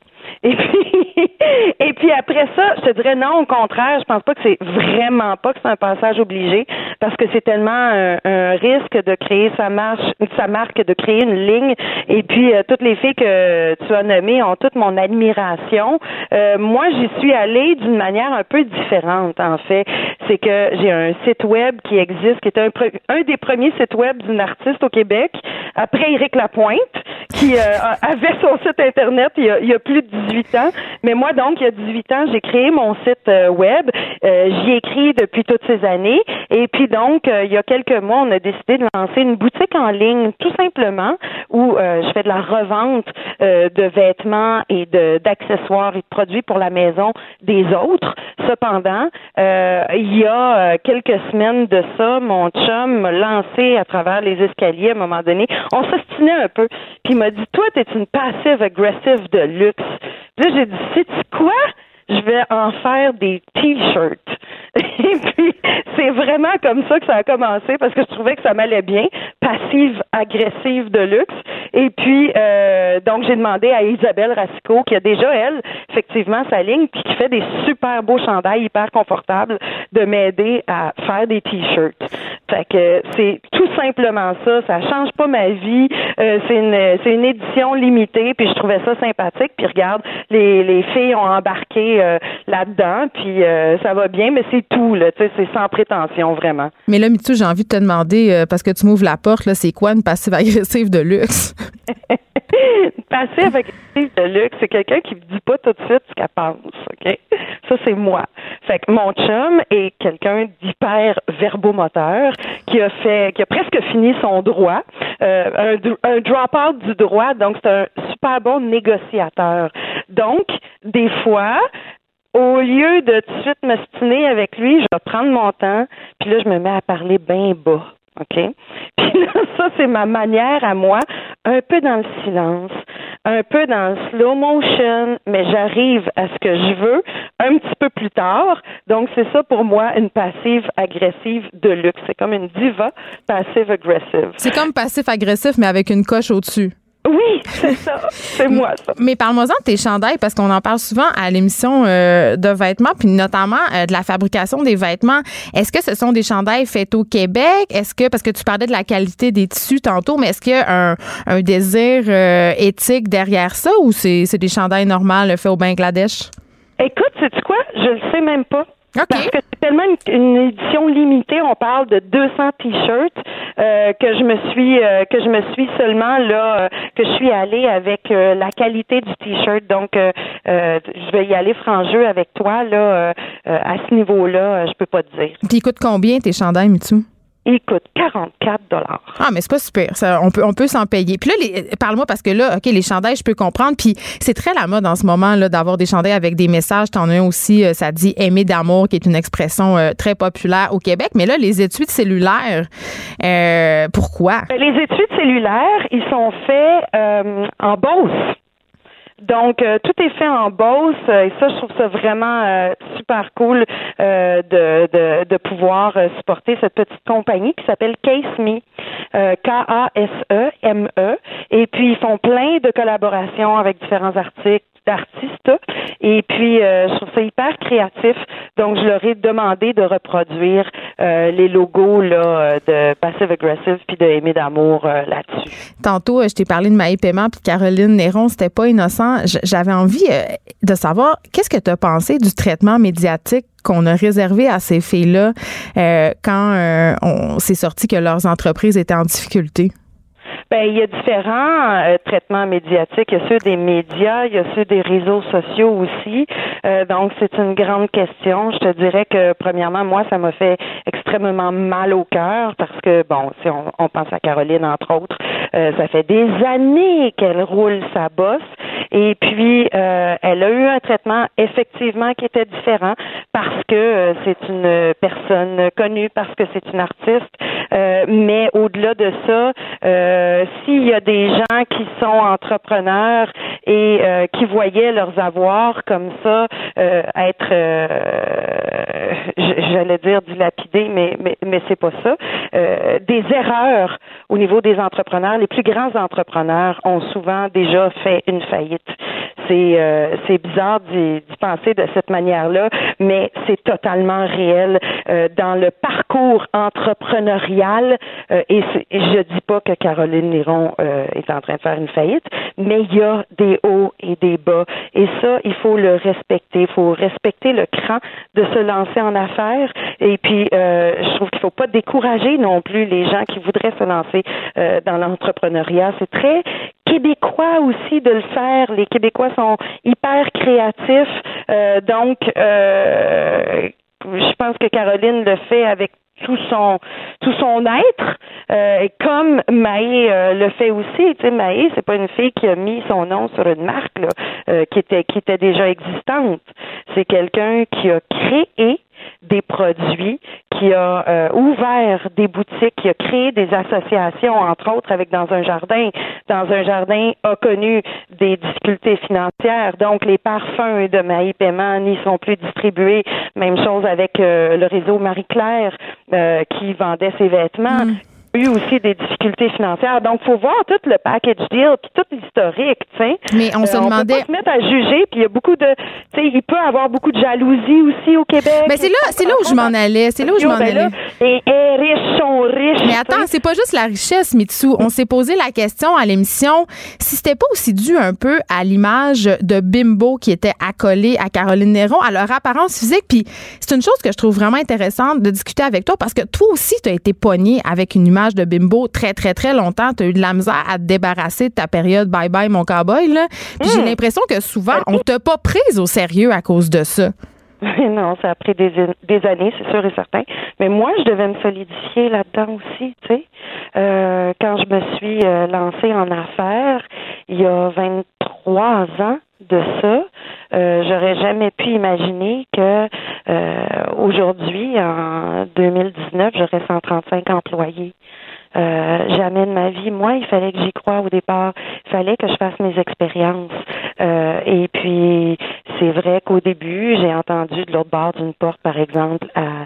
Et puis après ça, je te dirais non, au contraire, je pense pas que c'est vraiment pas que c'est un passage obligé parce que c'est tellement un risque de créer sa marque, de créer une ligne. Et puis toutes les filles que tu as nommées ont toute mon admiration. Moi, j'y suis allée d'une manière un peu différente, en fait. C'est que j'ai un site web qui existe, qui est un des premiers sites web d'une artiste au Québec, après Éric Lapointe, qui avait son site Internet il y a plus de 18 ans. Mais moi, donc, il y a 18 ans, j'ai créé mon site web. J'y écris depuis toutes ces années. Et puis, donc, il y a quelques mois, on a décidé de lancer une boutique en ligne, tout simplement, où je fais de la revente de vêtements et d'accessoires et de produits pour la maison des autres. Cependant, il y a quelques semaines de ça, mon chum m'a lancé à travers les escaliers à un moment donné. On s'ostinait un peu. Puis il m'a dit, toi, t'es une passive aggressive de luxe. Là, j'ai dit, sais-tu quoi? Je vais en faire des T-shirts. Et puis, c'est vraiment comme ça que ça a commencé parce que je trouvais que ça m'allait bien. Passive, agressive de luxe. Et puis, donc, j'ai demandé à Isabelle Racicot, qui a déjà, elle, effectivement, sa ligne, puis qui fait des super beaux chandails hyper confortables, de m'aider à faire des T-shirts. Fait que c'est tout simplement ça. Ça change pas ma vie. C'est une édition limitée, puis je trouvais ça sympathique. Puis regarde, les filles ont embarqué là-dedans, puis ça va bien, mais c'est tout, là, tu sais, c'est sans prétention, vraiment.
Mais là, Mitsou, j'ai envie de te demander, parce que tu m'ouvres la porte, là, c'est quoi une passive agressive de luxe?
Une passive agressive de luxe, c'est quelqu'un qui ne dit pas tout de suite ce qu'elle pense, OK? Ça, c'est moi. Fait que mon chum est quelqu'un d'hyper verbomoteur qui a presque fini son droit, un drop-out du droit, donc c'est un super bon négociateur. Donc, des fois, au lieu de tout de suite m'ostiner avec lui, je vais prendre mon temps, puis là, je me mets à parler bien bas, OK? Puis là, ça, c'est ma manière à moi, un peu dans le silence, un peu dans le slow motion, mais j'arrive à ce que je veux un petit peu plus tard. Donc, c'est ça pour moi, une passive agressive de luxe. C'est comme une diva passive agressive.
C'est comme passif agressif, mais avec une coche au-dessus.
Oui, c'est ça. C'est moi, ça.
Mais parle-moi-en de tes chandails, parce qu'on en parle souvent à l'émission de vêtements, puis notamment de la fabrication des vêtements. Est-ce que ce sont des chandails faits au Québec? Est-ce que, parce que tu parlais de la qualité des tissus tantôt, mais est-ce qu'il y a un désir éthique derrière ça, ou c'est des chandails normaux faits au Bangladesh?
Écoute, sais-tu quoi? Je le sais même pas.
Okay.
Parce que c'est tellement une édition limitée, on parle de 200 t-shirts que je me suis seulement là que je suis allée avec la qualité du t-shirt. Donc je vais y aller franc jeu avec toi là à ce niveau-là, je peux pas te dire.
Puis il coûte combien tes chandails, Mitsou?
Il coûte 44 $.
Ah, mais c'est pas super. Ça, on peut s'en payer. Puis là, parle-moi, parce que là, OK, les chandails, je peux comprendre. Puis c'est très la mode en ce moment là d'avoir des chandails avec des messages. T'en as un aussi, ça dit « aimer d'amour », qui est une expression très populaire au Québec. Mais là, les études cellulaires, pourquoi?
Les études cellulaires, ils sont faits en Beauce. Donc, tout est fait en Beauce et ça, je trouve ça vraiment super cool de pouvoir supporter cette petite compagnie qui s'appelle Case.me, Kaseme. Et puis, ils font plein de collaborations avec différents artistes d'artistes. Et puis, je trouve ça hyper créatif. Donc, je leur ai demandé de reproduire les logos là de Passive Aggressive puis de Aimer d'amour là-dessus.
Tantôt, je t'ai parlé de Maë Paiement puis Caroline Néron. C'était pas innocent. J'avais envie de savoir, qu'est-ce que tu as pensé du traitement médiatique qu'on a réservé à ces filles-là quand on s'est sorti que leurs entreprises étaient en difficulté?
Ben, il y a différents traitements médiatiques. Il y a ceux des médias, il y a ceux des réseaux sociaux aussi. Donc, c'est une grande question. Je te dirais que, premièrement, moi, ça m'a fait extrêmement mal au cœur parce que, bon, si on pense à Caroline, entre autres, ça fait des années qu'elle roule sa bosse. Et puis, elle a eu un traitement, effectivement, qui était différent parce que c'est une personne connue, parce que c'est une artiste. Mais au-delà de ça, s'il y a des gens qui sont entrepreneurs et qui voyaient leurs avoirs comme ça être, j'allais dire dilapidés, mais c'est pas ça, des erreurs au niveau des entrepreneurs, les plus grands entrepreneurs ont souvent déjà fait une faillite. C'est bizarre d'y penser de cette manière-là, mais c'est totalement réel dans le parcours entrepreneurial. Et je dis pas que Caroline Néron est en train de faire une faillite, mais il y a des hauts et des bas. Et ça, il faut le respecter. Il faut respecter le cran de se lancer en affaires. Et puis, je trouve qu'il faut pas décourager non plus les gens qui voudraient se lancer dans l'entrepreneuriat. C'est très québécois aussi de le faire. Les Québécois sont hyper créatifs. Donc, je pense que Caroline le fait avec tout son être, et comme Maë le fait aussi. Tu sais, Maë, c'est pas une fille qui a mis son nom sur une marque là, qui était déjà existante. C'est quelqu'un qui a créé des produits, qui a ouvert des boutiques, qui a créé des associations, entre autres, avec Dans un jardin. Dans un jardin a connu des difficultés financières, donc les parfums de Maë Paiement n'y sont plus distribués. Même chose avec le réseau Marie-Claire qui vendait ses vêtements. Eu aussi des difficultés financières. Donc, faut voir tout le package deal puis tout l'historique, tu sais.
Mais on se demandait...
peut pas se mettre à juger, puis il y a beaucoup de... Tu sais, il peut y avoir beaucoup de jalousie aussi au Québec.
Mais c'est là où je m'en allais. C'est là où je m'en allais.
Et riches sont riches.
Mais attends, c'est pas juste la richesse, Mitsou. On s'est posé la question à l'émission si c'était pas aussi dû un peu à l'image de bimbo qui était accolée à Caroline Néron, à leur apparence physique. Puis c'est une chose que je trouve vraiment intéressante de discuter avec toi parce que toi aussi, tu as été pognée avec une image de bimbo très, très, très longtemps. Tu as eu de la misère à te débarrasser de ta période Bye Bye, mon cowboy. Là. Puis j'ai l'impression que souvent, on t'a pas prise au sérieux à cause de ça.
Non, ça a pris des années, c'est sûr et certain. Mais moi, je devais me solidifier là-dedans aussi, tu sais. Quand je me suis lancée en affaires, il y a 23 ans de ça, j'aurais jamais pu imaginer que aujourd'hui, en 2019, j'aurais 135 employés. Jamais de ma vie. Moi, il fallait que j'y croie au départ. Il fallait que je fasse mes expériences. Et puis, c'est vrai qu'au début, j'ai entendu de l'autre bord d'une porte, par exemple, à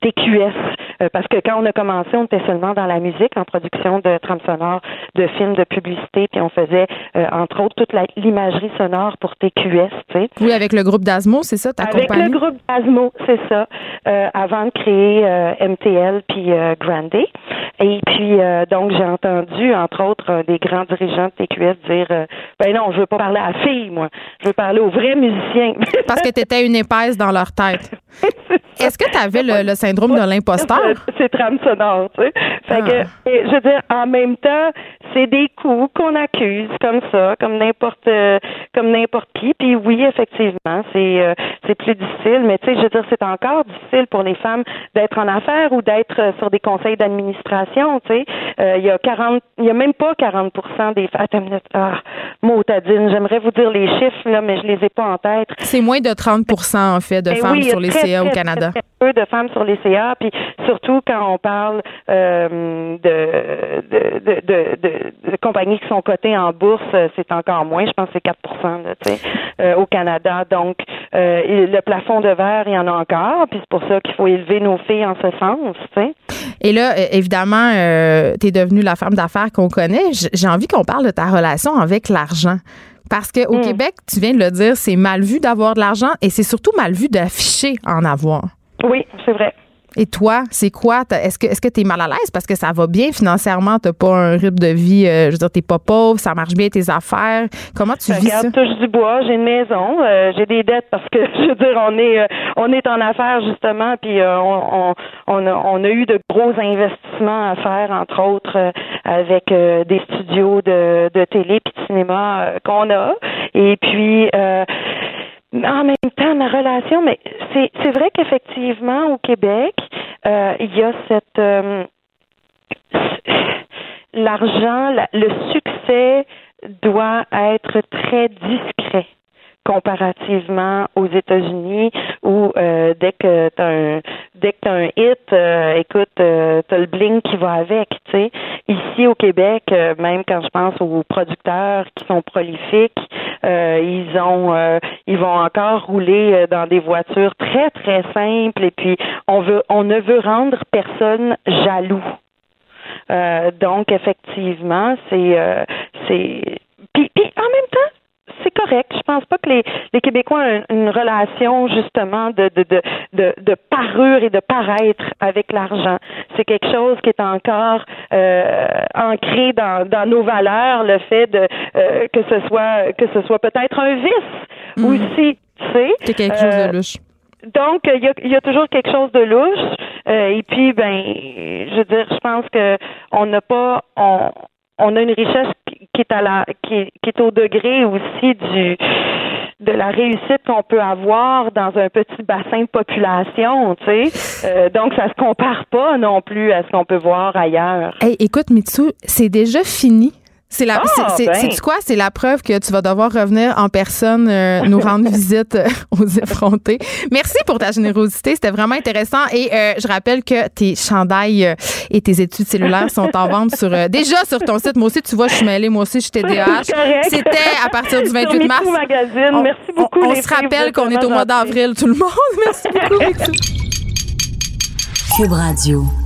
TQS, parce que quand on a commencé, on était seulement dans la musique, en production de trames sonores, de films, de publicité, puis on faisait, entre autres, toute l'imagerie sonore pour TQS, tu sais.
Oui, avec le groupe d'Asmo, c'est ça, ta compagnie?
Avec le groupe d'Asmo, c'est ça, avant de créer MTL puis Grande. Et puis, donc, j'ai entendu, entre autres, des grands dirigeants de TQS dire ben non, je veux pas parler à la fille, moi. Je veux parler aux vrais musiciens.
Parce que tu étais une épaisse dans leur tête. Est-ce que tu avais le syndrome de l'imposteur?
C'est trame sonore, tu sais. Fait que, je veux dire, en même temps, c'est des coups qu'on accuse comme ça, comme n'importe qui. Puis oui, effectivement, c'est plus difficile, mais tu sais, je veux dire, c'est encore difficile pour les femmes d'être en affaires ou d'être sur des conseils d'administration, tu sais. Il y a même pas 40% des femmes. Attends une minute. Motadine, j'aimerais vous dire les chiffres, là, mais je les ai pas en tête.
C'est moins de 30% en fait de femmes sur les CA au Canada.
Très peu de femmes sur les CA, puis surtout quand on parle de compagnies qui sont cotées en bourse, c'est encore moins. Je pense que c'est 4% là, tu sais, au Canada. Donc, le plafond de verre, il y en a encore, puis c'est pour ça qu'il faut élever nos filles en ce sens, tu sais.
Et là, évidemment, t'es devenue la femme d'affaires qu'on connaît. J'ai envie qu'on parle de ta relation avec l'argent. Parce qu'au Québec, tu viens de le dire, c'est mal vu d'avoir de l'argent et c'est surtout mal vu d'afficher en avoir.
Oui, c'est vrai.
Et toi, c'est quoi? Est-ce que tu es mal à l'aise parce que ça va bien financièrement? Tu n'as pas un rythme de vie, je veux dire, tu n'es pas pauvre, ça marche bien tes affaires. Comment tu vis ça?
Touche du bois, j'ai une maison, j'ai des dettes parce que, je veux dire, on est en affaires justement, puis on a eu de gros investissements à faire, entre autres, avec des studios de télé puis de cinéma qu'on a. Et puis... en même temps, ma relation, mais c'est vrai qu'effectivement, au Québec, il y a l'argent, le succès doit être très discret comparativement aux États-Unis où dès que t'as un hit, écoute, t'as le bling qui va avec, tu sais. Ici au Québec, même quand je pense aux producteurs qui sont prolifiques, ils vont encore rouler dans des voitures très très simples et puis on ne veut rendre personne jaloux. Donc effectivement, c'est puis en même temps c'est correct. Je pense pas que les Québécois ont une relation justement de parure et de paraître avec l'argent. C'est quelque chose qui est encore ancré dans nos valeurs, le fait de que ce soit peut-être un vice aussi, tu sais.
C'est quelque chose de louche.
Donc, il y a toujours quelque chose de louche. Et puis, je veux dire, je pense que on a une richesse qui est au degré aussi de la réussite qu'on peut avoir dans un petit bassin de population, tu sais. Donc, ça se compare pas non plus à ce qu'on peut voir ailleurs.
Hey, écoute, Mitsou, c'est déjà fini. C'est quoi? C'est la preuve que tu vas devoir revenir en personne nous rendre visite aux effrontés. Merci pour ta générosité. C'était vraiment intéressant. Et je rappelle que tes chandails et tes études cellulaires sont en vente déjà sur ton site. Moi aussi, tu vois, je suis mêlée. Moi aussi, je suis TDAH. C'était à partir du 28 mars.
Magazine. Merci beaucoup.
On se rappelle qu'on est au mois d'avril, tout le monde. Merci beaucoup, Mitsou.
Cube Radio.